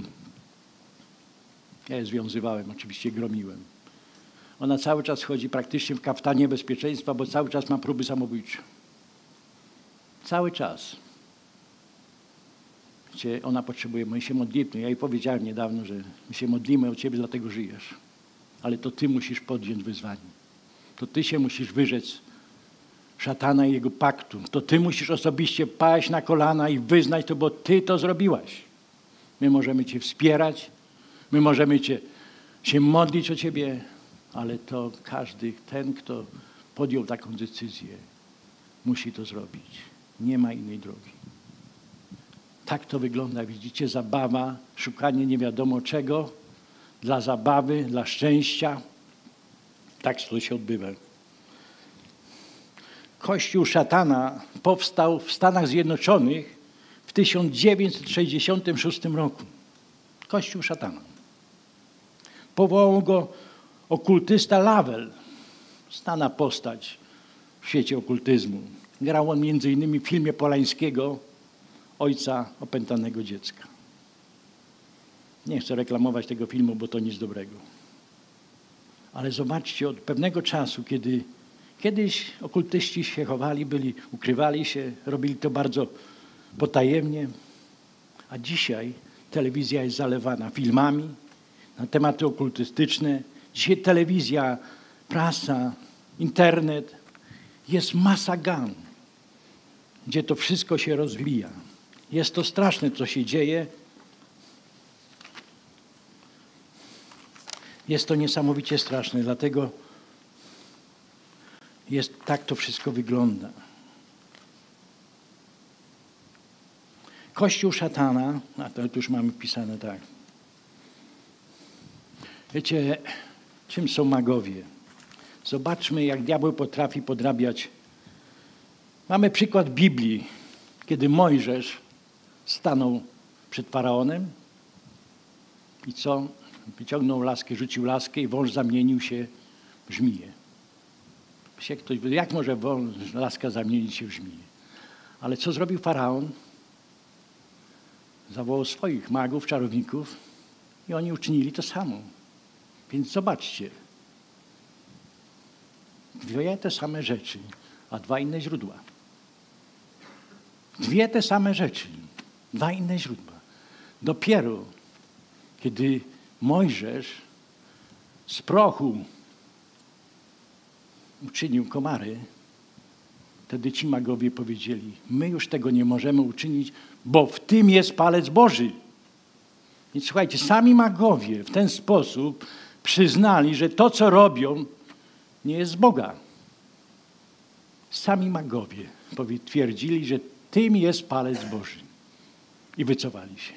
Ja je związywałem, oczywiście gromiłem. Ona cały czas chodzi praktycznie w kaftanie bezpieczeństwa, bo cały czas ma próby samobójcze. Cały czas. Gdzie ona potrzebuje, my się modlimy. Ja jej powiedziałem niedawno, że my się modlimy o Ciebie, dlatego żyjesz. Ale to Ty musisz podjąć wyzwanie. To Ty się musisz wyrzec szatana i jego paktu. To Ty musisz osobiście paść na kolana i wyznać to, bo Ty to zrobiłaś. My możemy Cię wspierać, my możemy się modlić o Ciebie, ale to każdy, ten, kto podjął taką decyzję, musi to zrobić. Nie ma innej drogi. Tak to wygląda, widzicie, zabawa, szukanie nie wiadomo czego, dla zabawy, dla szczęścia. Tak to się odbywa. Kościół szatana powstał w Stanach Zjednoczonych w 1966 roku. Kościół szatana. Powołał go okultysta Lavelle, znana postać w świecie okultyzmu. Grał on między innymi w filmie Polańskiego Ojca opętanego dziecka. Nie chcę reklamować tego filmu, bo to nic dobrego. Ale zobaczcie, od pewnego czasu, kiedy kiedyś okultyści się chowali, ukrywali się, robili to bardzo potajemnie, a dzisiaj telewizja jest zalewana filmami na tematy okultystyczne. Dzisiaj telewizja, prasa, internet, jest masa gan, gdzie to wszystko się rozwija. Jest to straszne, co się dzieje. Jest to niesamowicie straszne, dlatego tak to wszystko wygląda. Kościół szatana, a to już mamy pisane tak. Wiecie, czym są magowie? Zobaczmy, jak diabeł potrafi podrabiać. Mamy przykład Biblii, kiedy Mojżesz stanął przed Faraonem i co? Wyciągnął laskę, rzucił laskę i wąż zamienił się w żmiję. Jak może laska zamienić się w żmiję? Ale co zrobił Faraon? Zawołał swoich magów, czarowników i oni uczynili to samo. Więc zobaczcie. 2 te same rzeczy, a 2 inne źródła. 2 te same rzeczy, 2 inne źródła. Dopiero kiedy Mojżesz z prochu uczynił komary, wtedy ci magowie powiedzieli, my już tego nie możemy uczynić, bo w tym jest palec Boży. Więc słuchajcie, sami magowie w ten sposób przyznali, że to, co robią, nie jest z Boga. Sami magowie twierdzili, że tym jest palec Boży. I wycofali się.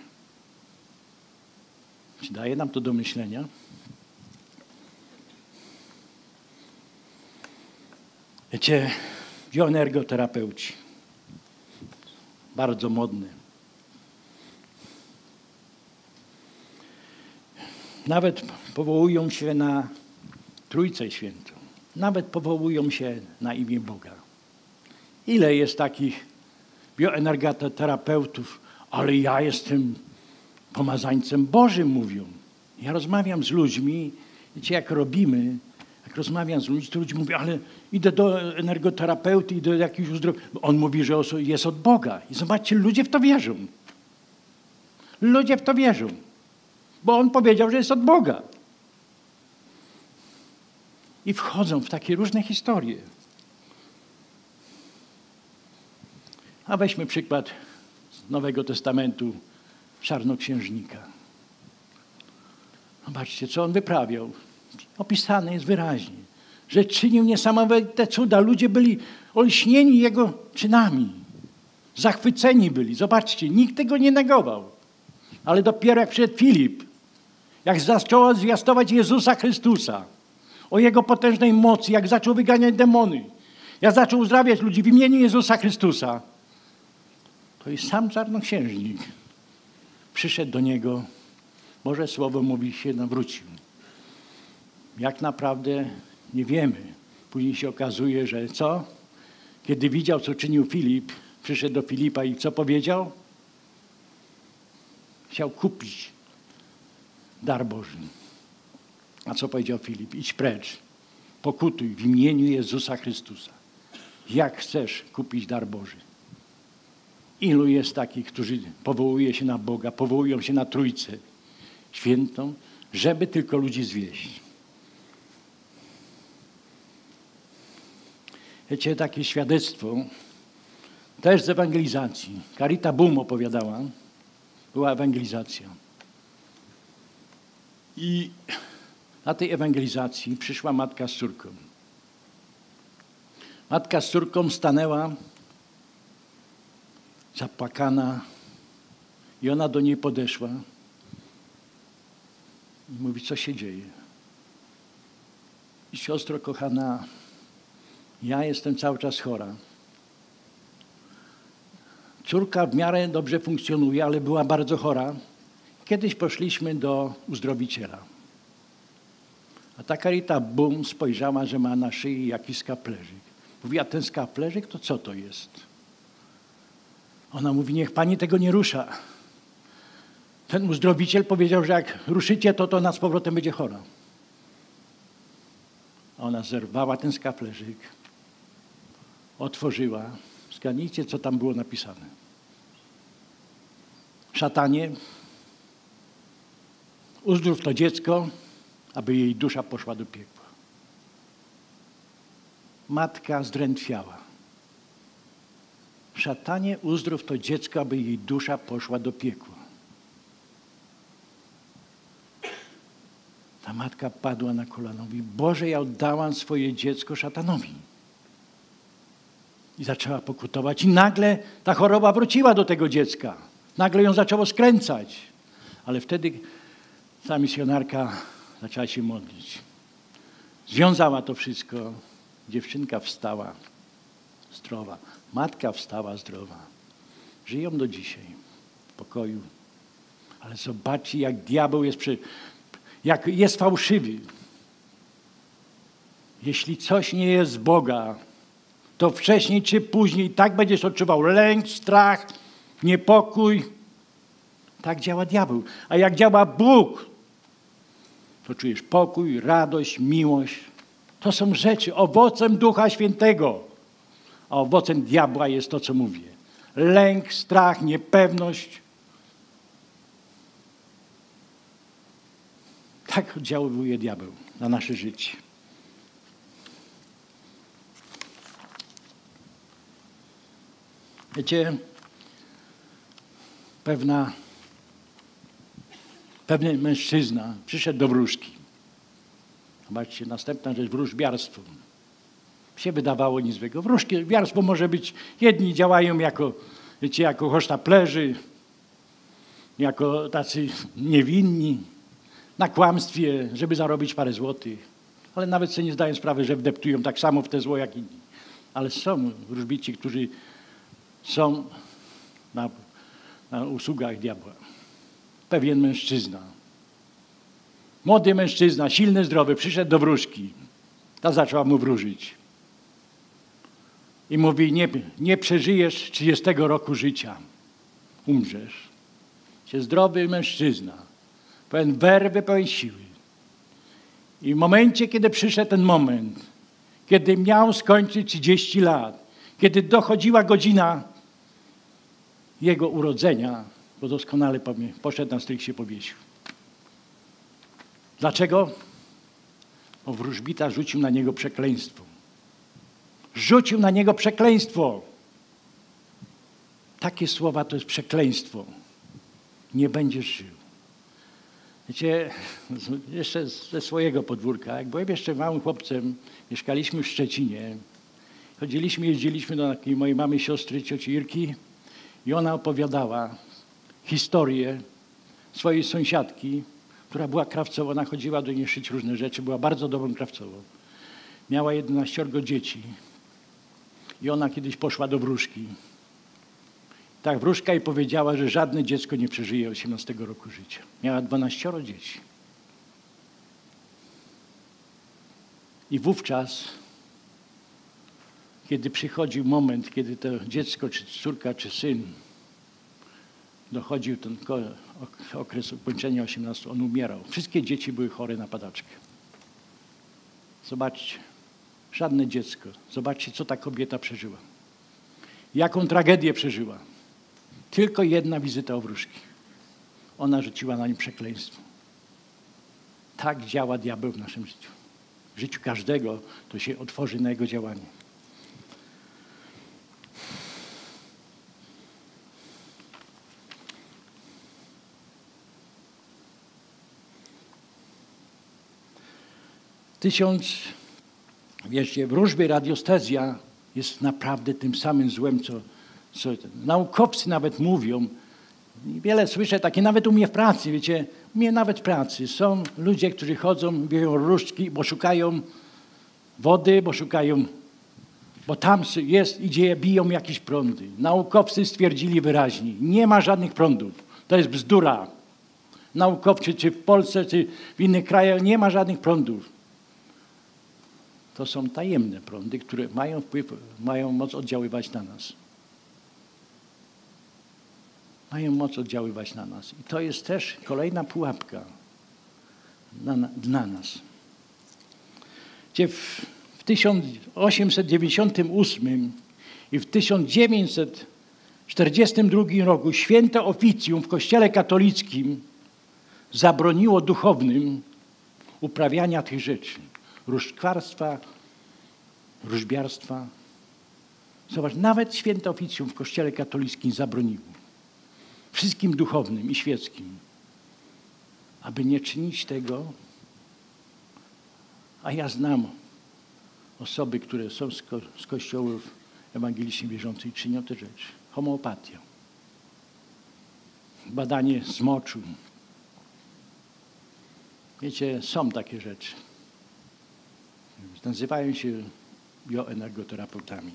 Czy daje nam to do myślenia? Wiecie, bioenergoterapeuci, bardzo modny. Nawet powołują się na Trójcę Świętą. Nawet powołują się na imię Boga. Ile jest takich bioenergoterapeutów, ale ja jestem pomazańcem Bożym, mówią. Ja rozmawiam z ludźmi, wiecie, jak rozmawiam z ludźmi, to ludzie mówią, ale idę do energoterapeuty, idę do jakiegoś uzdrowienia. On mówi, że jest od Boga. I zobaczcie, ludzie w to wierzą. Ludzie w to wierzą. Bo on powiedział, że jest od Boga. I wchodzą w takie różne historie. A weźmy przykład z Nowego Testamentu czarnoksiężnika. Zobaczcie, co on wyprawiał. Opisane jest wyraźnie, że czynił niesamowite cuda. Ludzie byli olśnieni jego czynami. Zachwyceni byli. Zobaczcie, nikt tego nie negował. Ale dopiero jak przyszedł Filip, jak zaczął zwiastować Jezusa Chrystusa, o Jego potężnej mocy, jak zaczął wyganiać demony, jak zaczął uzdrawiać ludzi w imieniu Jezusa Chrystusa, to i sam czarnoksiężnik przyszedł do niego, Boże Słowo mówi, się nawrócił. Jak naprawdę nie wiemy. Później się okazuje, że co? Kiedy widział, co czynił Filip, przyszedł do Filipa i co powiedział? Chciał kupić dar Boży. A co powiedział Filip? Idź precz, pokutuj w imieniu Jezusa Chrystusa. Jak chcesz kupić dar Boży? Ilu jest takich, którzy powołują się na Boga, powołują się na Trójcę Świętą, żeby tylko ludzi zwieść. Wiecie, takie świadectwo też z ewangelizacji. Carita Boom opowiadała, była ewangelizacja. I na tej ewangelizacji przyszła matka z córką. Matka z córką stanęła zapłakana i ona do niej podeszła i mówi, co się dzieje. I siostro kochana, ja jestem cały czas chora. Córka w miarę dobrze funkcjonuje, ale była bardzo chora. Kiedyś poszliśmy do uzdrowiciela. A ta Carita Boom spojrzała, że ma na szyi jakiś skaplerzyk. Mówi, a ten skaplerzyk to co to jest? Ona mówi, niech pani tego nie rusza. Ten uzdrowiciel powiedział, że jak ruszycie, to ona z powrotem będzie chora. A ona zerwała ten skaplerzyk, otworzyła. Zgadnijcie, co tam było napisane. Szatanie, uzdrów to dziecko, aby jej dusza poszła do piekła. Matka zdrętwiała. Szatanie, uzdrów to dziecko, aby jej dusza poszła do piekła. Ta matka padła na kolana. Mówi, Boże, ja oddałam swoje dziecko szatanowi. I zaczęła pokutować. I nagle ta choroba wróciła do tego dziecka. Nagle ją zaczęło skręcać. Ale wtedy ta misjonarka zaczęła się modlić. Związała to wszystko. Dziewczynka wstała zdrowa. Matka wstała zdrowa. Żyją do dzisiaj w pokoju. Ale zobaczcie, jak diabeł jak jest fałszywy. Jeśli coś nie jest z Boga, to wcześniej czy później tak będziesz odczuwał lęk, strach, niepokój. Tak działa diabeł. A jak działa Bóg, to czujesz pokój, radość, miłość. To są rzeczy, owocem Ducha Świętego. A owocem diabła jest to, co mówię. Lęk, strach, niepewność. Tak oddziałuje diabeł na nasze życie. Wiecie, pewien mężczyzna przyszedł do wróżki. Zobaczcie, następna rzecz, wróżbiarstwo. Się wydawało nic złego. Wróżbiarstwo może być, jedni działają jako hosztaplerzy, jako tacy niewinni, na kłamstwie, żeby zarobić parę złotych. Ale nawet sobie nie zdają sprawy, że wdeptują tak samo w te zło jak inni. ale są wróżbici, którzy są na usługach diabła. Pewien mężczyzna, młody mężczyzna, silny, zdrowy, przyszedł do wróżki. Ta zaczęła mu wróżyć. I mówi, nie przeżyjesz 30 roku życia. Umrzesz. Zdrowy mężczyzna. Pełen werwy, pełen siły. I w momencie, kiedy przyszedł ten moment, kiedy miał skończyć 30 lat, kiedy dochodziła godzina jego urodzenia, bo doskonale poszedł na strych, się powiesił. Dlaczego? Bo wróżbita rzucił na niego przekleństwo. Rzucił na niego przekleństwo. Takie słowa to jest przekleństwo. Nie będziesz żył. Wiecie, jeszcze ze swojego podwórka, jak byłem jeszcze małym chłopcem, mieszkaliśmy w Szczecinie. Jeździliśmy do takiej mojej mamy, siostry, cioci Irki i ona opowiadała historię swojej sąsiadki, która była krawcową. Ona chodziła do niej szyć różne rzeczy, była bardzo dobrą krawcową. Miała 11 dzieci i ona kiedyś poszła do wróżki. Tak, wróżka jej powiedziała, że żadne dziecko nie przeżyje 18 roku życia. Miała 12 dzieci. I wówczas, kiedy przychodził moment, kiedy to dziecko, czy córka, czy syn dochodził ten okres ukończenia 18, on umierał. Wszystkie dzieci były chore na padaczkę. Zobaczcie, żadne dziecko. Zobaczcie, co ta kobieta przeżyła. Jaką tragedię przeżyła. Tylko jedna wizyta u wróżki. Ona rzuciła na nim przekleństwo. Tak działa diabeł w naszym życiu. W życiu każdego to się otworzy na jego działanie. Wiecie, wróżby radiostezja jest naprawdę tym samym złem, co naukowcy nawet mówią. Wiele słyszę, takie nawet u mnie w pracy, wiecie, u mnie nawet w pracy są ludzie, którzy chodzą, biorą różdżki, bo szukają wody, bo tam biją jakieś prądy. Naukowcy stwierdzili wyraźnie, nie ma żadnych prądów. To jest bzdura. Naukowcy, czy w Polsce, czy w innych krajach, nie ma żadnych prądów. To są tajemne prądy, które mają moc oddziaływać na nas. Mają moc oddziaływać na nas. I to jest też kolejna pułapka dla nas. Gdzie w 1898 i w 1942 roku święte oficjum w Kościele katolickim zabroniło duchownym uprawiania tych rzeczy. Różdżkarstwa, wróżbiarstwa. Zobacz, nawet święte oficjum w Kościele katolickim zabroniło. Wszystkim duchownym i świeckim. Aby nie czynić tego, a ja znam osoby, które są z kościołów ewangelicznie wierzących i czynią te rzeczy. Homeopatia. Badanie smoczu. Wiecie, są takie rzeczy. Nazywają się bioenergoterapeutami.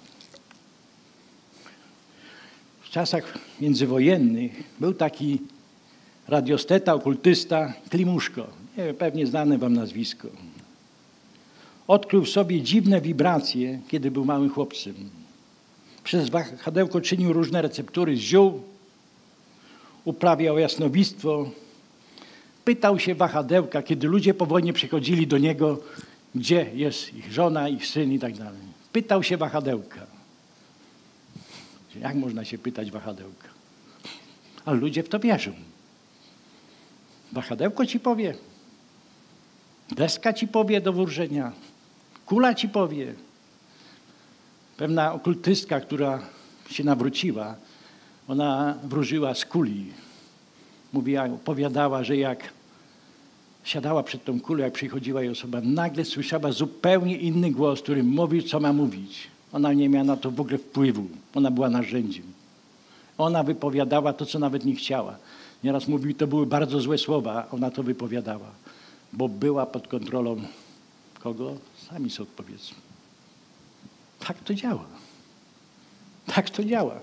W czasach międzywojennych był taki radiosteta, okultysta Klimuszko. Nie wiem, pewnie znane wam nazwisko. Odkrył w sobie dziwne wibracje, kiedy był małym chłopcem. Przez wahadełko czynił różne receptury z ziół, uprawiał jasnowictwo. Pytał się wahadełka, kiedy ludzie po wojnie przychodzili do niego, gdzie jest ich żona, ich syn i tak dalej. Pytał się wahadełka. Jak można się pytać wahadełka? Ale ludzie w to wierzą. Wahadełko ci powie. Deska ci powie do wróżenia. Kula ci powie. Pewna okultystka, która się nawróciła, ona wróżyła z kuli. Opowiadała, że jak siadała przed tą kulą, jak przychodziła jej osoba, nagle słyszała zupełnie inny głos, który mówił, co ma mówić. Ona nie miała na to w ogóle wpływu. Ona była narzędziem. Ona wypowiadała to, co nawet nie chciała. Nieraz mówił, to były bardzo złe słowa, a ona to wypowiadała. Bo była pod kontrolą kogo? Sami sobie odpowiedzmy. Tak to działa. Tak to działa.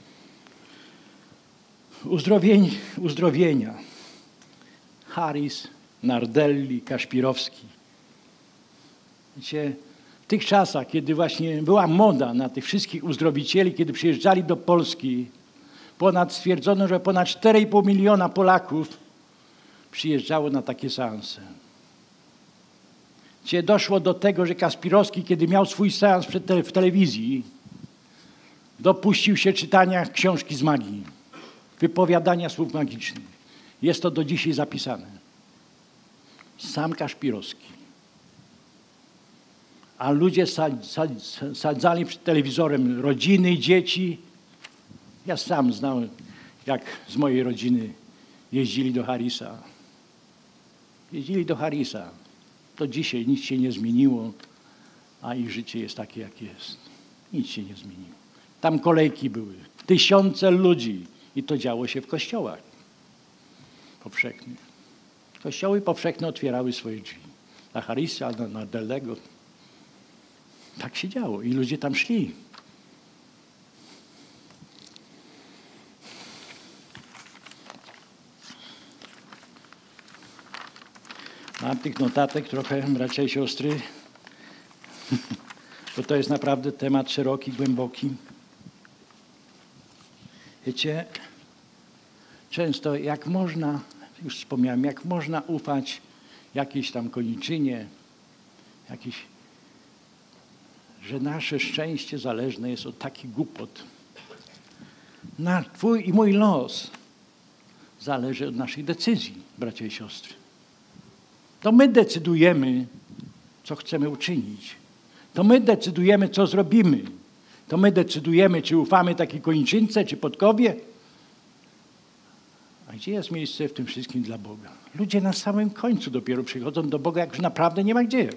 Uzdrowienia. Harris, Nardelli, Kaszpirowski. Wiecie, w tych czasach, kiedy właśnie była moda na tych wszystkich uzdrowicieli, kiedy przyjeżdżali do Polski, stwierdzono, że ponad 4,5 miliona Polaków przyjeżdżało na takie seanse. Gdzie doszło do tego, że Kaszpirowski, kiedy miał swój seans w telewizji, dopuścił się czytania książki z magii, wypowiadania słów magicznych. Jest to do dzisiaj zapisane. Sam Kaszpirowski. A ludzie sadzali przed telewizorem rodziny i dzieci. Ja sam znałem, jak z mojej rodziny jeździli do Harrisa. Jeździli do Harrisa. Do dzisiaj nic się nie zmieniło, a ich życie jest takie, jak jest. Nic się nie zmieniło. Tam kolejki były. Tysiące ludzi. I to działo się w kościołach powszechnych. Kościoły powszechne otwierały swoje drzwi. Na Harrisa, na Dellego. Tak się działo. I ludzie tam szli. Mam tych notatek trochę, bracia i siostry, bo to jest naprawdę temat szeroki, głęboki. Wiecie, często jak można, już wspomniałem, jak można ufać jakiejś tam koniczynie, że nasze szczęście zależne jest od takich głupot. Twój i mój los zależy od naszych decyzji, bracia i siostry. To my decydujemy, co chcemy uczynić. To my decydujemy, co zrobimy. To my decydujemy, czy ufamy takiej koniczynce, czy podkowie. A gdzie jest miejsce w tym wszystkim dla Boga? Ludzie na samym końcu dopiero przychodzą do Boga, jak już naprawdę nie ma gdzie.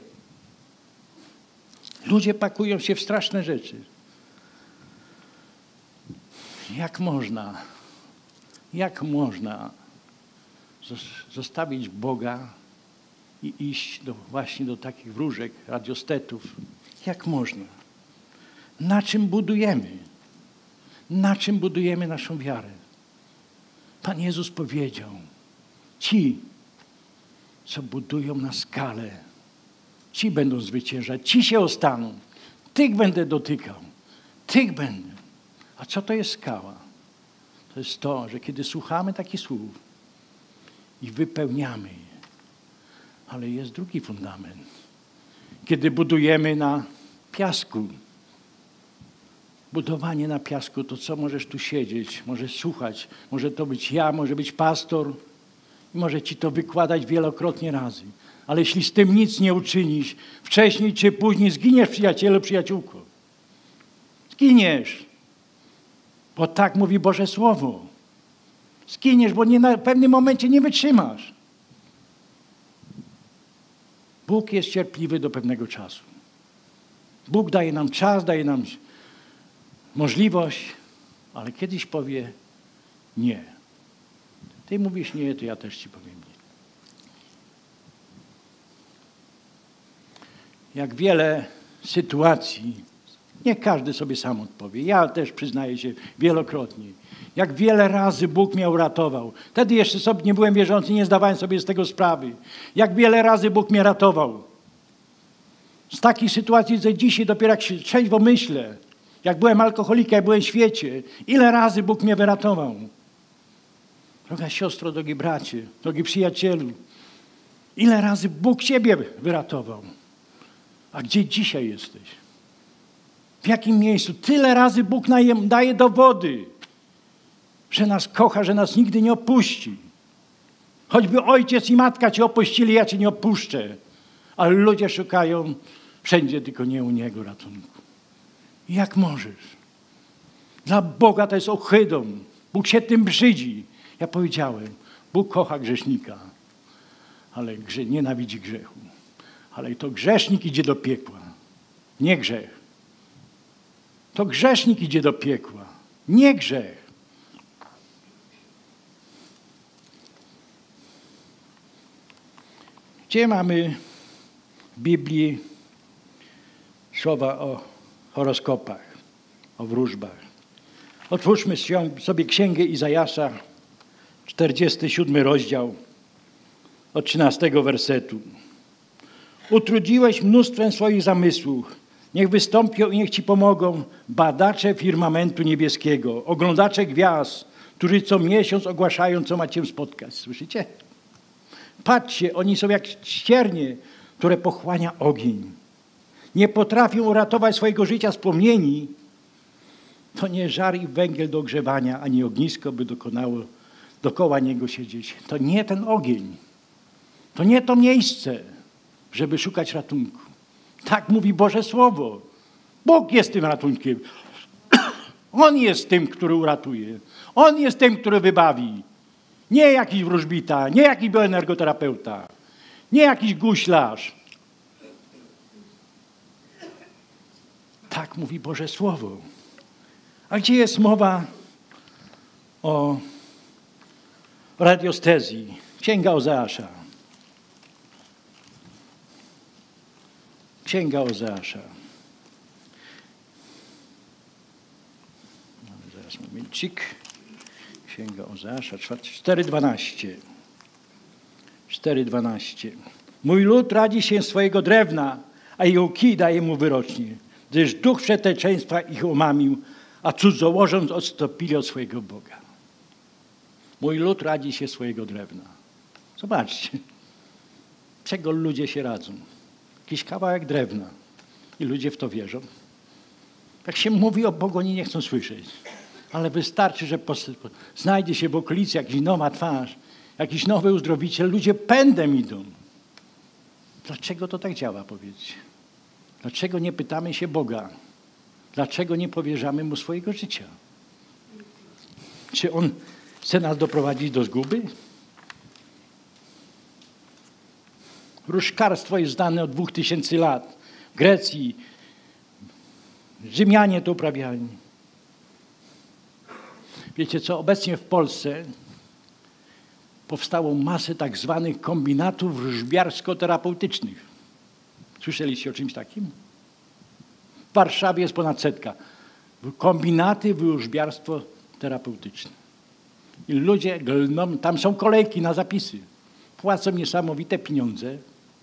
Ludzie pakują się w straszne rzeczy. Jak można zostawić Boga i iść właśnie do takich wróżek, radiostetów? Jak można? Na czym budujemy? Na czym budujemy naszą wiarę? Pan Jezus powiedział, ci, co budują na skalę, ci będą zwyciężać, ci się ostaną. Tych będę dotykał, tych będę. A co to jest skała? To jest to, że kiedy słuchamy takich słów i wypełniamy je, ale jest drugi fundament. Kiedy budujemy na piasku, budowanie na piasku, to co możesz tu siedzieć, możesz słuchać, może to być ja, może być pastor i może ci to wykładać wielokrotnie razy. Ale jeśli z tym nic nie uczynisz, wcześniej czy później zginiesz, przyjacielu, przyjaciółko. Zginiesz. Bo tak mówi Boże Słowo. Zginiesz, bo w pewnym momencie nie wytrzymasz. Bóg jest cierpliwy do pewnego czasu. Bóg daje nam czas, daje nam możliwość, ale kiedyś powie nie. Ty mówisz nie, to ja też ci powiem nie. Jak wiele sytuacji, nie każdy sobie sam odpowie. Ja też przyznaję się wielokrotnie. Jak wiele razy Bóg mnie uratował. Wtedy jeszcze sobie nie byłem wierzący, nie zdawałem sobie z tego sprawy. Jak wiele razy Bóg mnie ratował. Z takich sytuacji, że dzisiaj dopiero jak się trzeźwo myślę, jak byłem alkoholikiem, jak byłem w świecie, ile razy Bóg mnie wyratował. Droga siostro, drogi bracie, drogi przyjacielu, ile razy Bóg ciebie wyratował. A gdzie dzisiaj jesteś? W jakim miejscu? Tyle razy Bóg daje dowody, że nas kocha, że nas nigdy nie opuści. Choćby ojciec i matka cię opuścili, ja cię nie opuszczę. Ale ludzie szukają wszędzie, tylko nie u Niego ratunku. Jak możesz? Dla Boga to jest ohydą. Bóg się tym brzydzi. Ja powiedziałem, Bóg kocha grzesznika, ale nienawidzi grzechu. Ale to grzesznik idzie do piekła, nie grzech. To grzesznik idzie do piekła, nie grzech. Gdzie mamy w Biblii słowa o horoskopach, o wróżbach. Otwórzmy sobie Księgę Izajasza, 47 rozdział, od 13 wersetu. Utrudziłeś mnóstwem swoich zamysłów. Niech wystąpią i niech ci pomogą badacze firmamentu niebieskiego, oglądacze gwiazd, którzy co miesiąc ogłaszają, co macie spotkać. Słyszycie? Patrzcie, oni są jak ściernie, które pochłania ogień. Nie potrafią uratować swojego życia z płomieni. To nie żar i węgiel do ogrzewania, ani ognisko by dokonało dookoła niego siedzieć. To nie ten ogień. To nie to miejsce, żeby szukać ratunku. Tak mówi Boże Słowo. Bóg jest tym ratunkiem. On jest tym, który uratuje. On jest tym, który wybawi. Nie jakiś wróżbita, nie jakiś bioenergoterapeuta, nie jakiś guślarz. Tak mówi Boże Słowo. A gdzie jest mowa o radiostezji? Księga Ozeasza. Księga Ozeasza. Zaraz momencik. Księga Ozeasza, 4:12. 4:12. Mój lud radzi się swojego drewna, a jego kij daje mu wyrocznie, gdyż duch przeteczeństwa ich omamił, a cudzołożąc odstąpili od swojego Boga. Mój lud radzi się swojego drewna. Zobaczcie, czego ludzie się radzą. Jakiś kawałek drewna. I ludzie w to wierzą. Jak się mówi o Bogu, oni nie chcą słyszeć. Ale wystarczy, że znajdzie się w okolicy jakiś nowa twarz, jakiś nowy uzdrowiciel, ludzie pędem idą. Dlaczego to tak działa, powiedzcie? Dlaczego nie pytamy się Boga? Dlaczego nie powierzamy Mu swojego życia? Czy On chce nas doprowadzić do zguby? Różkarstwo jest znane od 2000 lat. W Grecji Rzymianie to uprawiali. Wiecie co? Obecnie w Polsce powstało masę tak zwanych kombinatów wróżbiarsko-terapeutycznych. Słyszeliście o czymś takim? W Warszawie jest ponad 100. Kombinaty wróżbiarstwo terapeutyczne. I ludzie glną, tam są kolejki na zapisy. Płacą niesamowite pieniądze,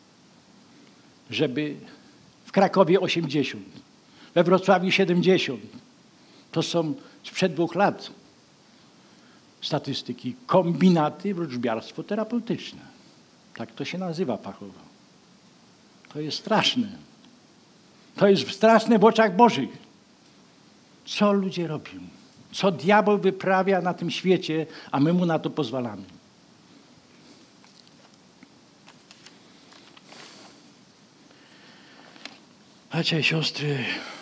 żeby w Krakowie 80, we Wrocławiu 70. To są sprzed 2 lat statystyki. Kombinaty wróżbiarstwo terapeutyczne. Tak to się nazywa fachowo. To jest straszne. To jest straszne w oczach Bożych. Co ludzie robią? Co diabeł wyprawia na tym świecie, a my mu na to pozwalamy. Bracia i siostry,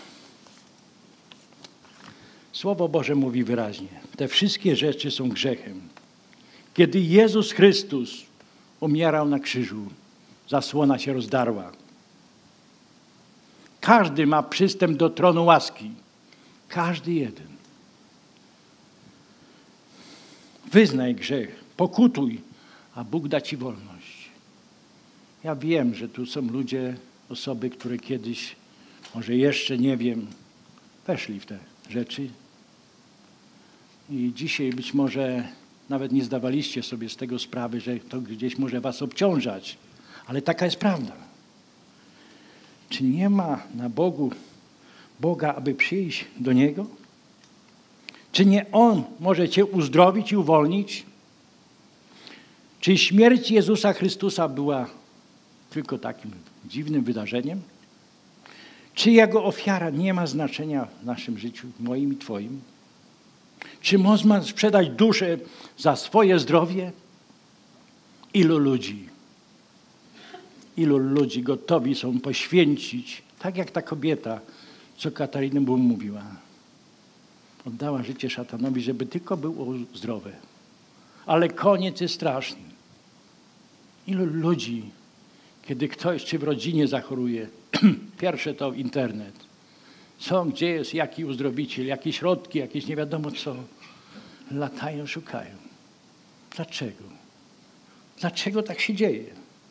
Słowo Boże mówi wyraźnie, te wszystkie rzeczy są grzechem. Kiedy Jezus Chrystus umierał na krzyżu, zasłona się rozdarła. Każdy ma przystęp do tronu łaski. Każdy jeden. Wyznaj grzech, pokutuj, a Bóg da ci wolność. Ja wiem, że tu są ludzie, osoby, które kiedyś, może jeszcze nie wiem, weszli w te rzeczy. I dzisiaj być może nawet nie zdawaliście sobie z tego sprawy, że to gdzieś może was obciążać. Ale taka jest prawda. Czy nie ma na Boga, aby przyjść do Niego? Czy nie On może cię uzdrowić i uwolnić? Czy śmierć Jezusa Chrystusa była tylko takim dziwnym wydarzeniem? Czy Jego ofiara nie ma znaczenia w naszym życiu, moim i Twoim? Czy można sprzedać duszę za swoje zdrowie? Ilu ludzi gotowi są poświęcić, tak jak ta kobieta, co Katarina Bum mówiła. Oddała życie szatanowi, żeby tylko było zdrowe. Ale koniec jest straszny. Ilu ludzi, kiedy ktoś czy w rodzinie zachoruje, pierwsze to internet. Gdzie jest jaki uzdrowiciel, jakie środki, jakieś nie wiadomo co. Latają, szukają. Dlaczego? Dlaczego tak się dzieje?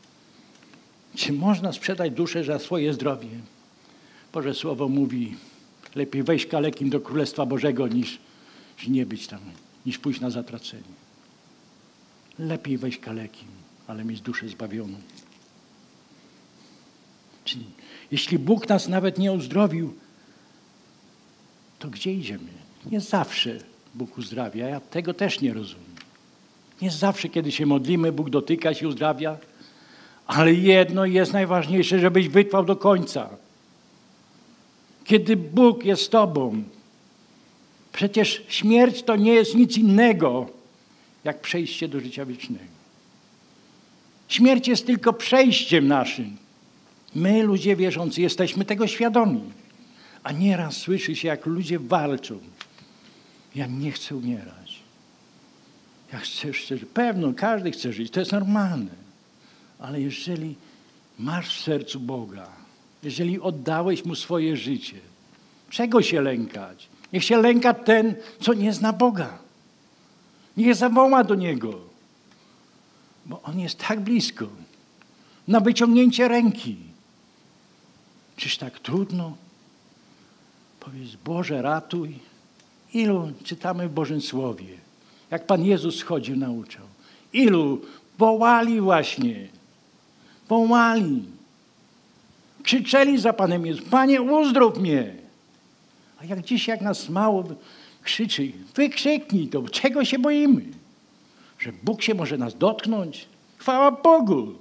Czy można sprzedać duszę za swoje zdrowie? Boże Słowo mówi, Lepiej wejść kalekim do Królestwa Bożego niż nie być tam, niż pójść na zatracenie. Lepiej wejść kalekim, ale mieć duszę zbawioną. Czyli jeśli Bóg nas nawet nie uzdrowił, to gdzie idziemy? Nie zawsze Bóg uzdrawia. Ja tego też nie rozumiem. Nie zawsze, kiedy się modlimy, Bóg dotyka się, uzdrawia. Ale jedno jest najważniejsze, żebyś wytrwał do końca. Kiedy Bóg jest z tobą, przecież śmierć to nie jest nic innego, jak przejście do życia wiecznego. Śmierć jest tylko przejściem naszym. My, ludzie wierzący, jesteśmy tego świadomi. A nieraz słyszy się, jak ludzie walczą. Ja nie chcę umierać. Ja chcę żyć. Pewno, każdy chce żyć. To jest normalne. Ale jeżeli masz w sercu Boga, jeżeli oddałeś Mu swoje życie, czego się lękać? Niech się lęka ten, co nie zna Boga. Niech zawoła do Niego. Bo On jest tak blisko. Na wyciągnięcie ręki. Czyż tak trudno? Powiedz, Boże, ratuj. Ilu czytamy w Bożym Słowie, jak Pan Jezus schodził, nauczał. Ilu wołali właśnie. Wołali. Krzyczeli za Panem Jezusem. Panie, uzdrów mnie. A jak dziś, jak nas mało krzyczy, wykrzyknij to. Czego się boimy? Że Bóg się może nas dotknąć? Chwała Bogu.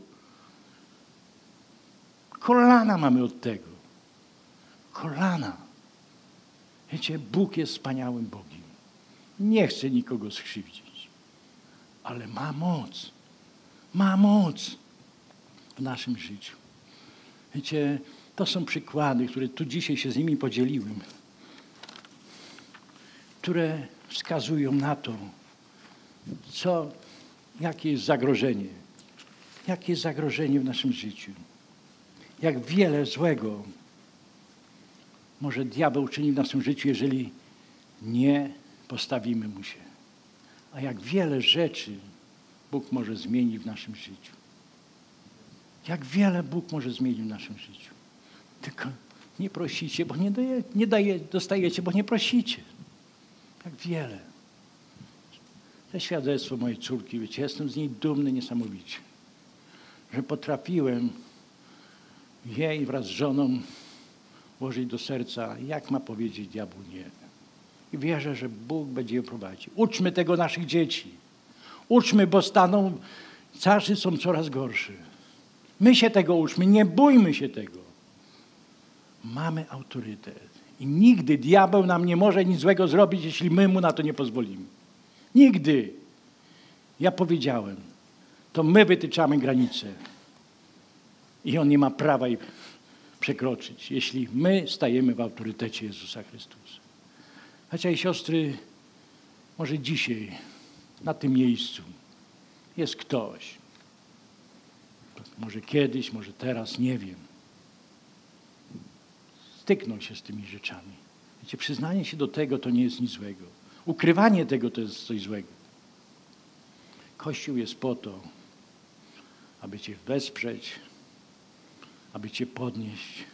Kolana mamy od tego. Kolana. Wiecie, Bóg jest wspaniałym Bogiem. Nie chce nikogo skrzywdzić. Ale ma moc. Ma moc w naszym życiu. Wiecie, to są przykłady, które tu dzisiaj się z nimi podzieliłem, które wskazują na to, jakie jest zagrożenie. Jakie jest zagrożenie w naszym życiu. Jak wiele złego może diabeł uczynić w naszym życiu, jeżeli nie postawimy mu się. A jak wiele rzeczy Bóg może zmienić w naszym życiu. Jak wiele Bóg może zmienić w naszym życiu. Tylko nie prosicie, bo dostajecie, bo nie prosicie. Jak wiele. To świadectwo mojej córki, wiecie, jestem z niej dumny niesamowicie. Że potrafiłem jej wraz z żoną włożyć do serca, jak ma powiedzieć diabłu nie. I wierzę, że Bóg będzie ją prowadził. Uczmy tego naszych dzieci. Uczmy, bo czasy są coraz gorsze. My się tego uczmy, nie bójmy się tego. Mamy autorytet. I nigdy diabeł nam nie może nic złego zrobić, jeśli my mu na to nie pozwolimy. Nigdy. Ja powiedziałem, to my wytyczamy granice. I on nie ma prawa ich przekroczyć, jeśli my stajemy w autorytecie Jezusa Chrystusa. Bracia i siostry, może dzisiaj na tym miejscu jest ktoś, może kiedyś, może teraz, nie wiem, styknął się z tymi rzeczami. Wiecie, przyznanie się do tego to nie jest nic złego. Ukrywanie tego to jest coś złego. Kościół jest po to, aby Cię wesprzeć, aby Cię podnieść,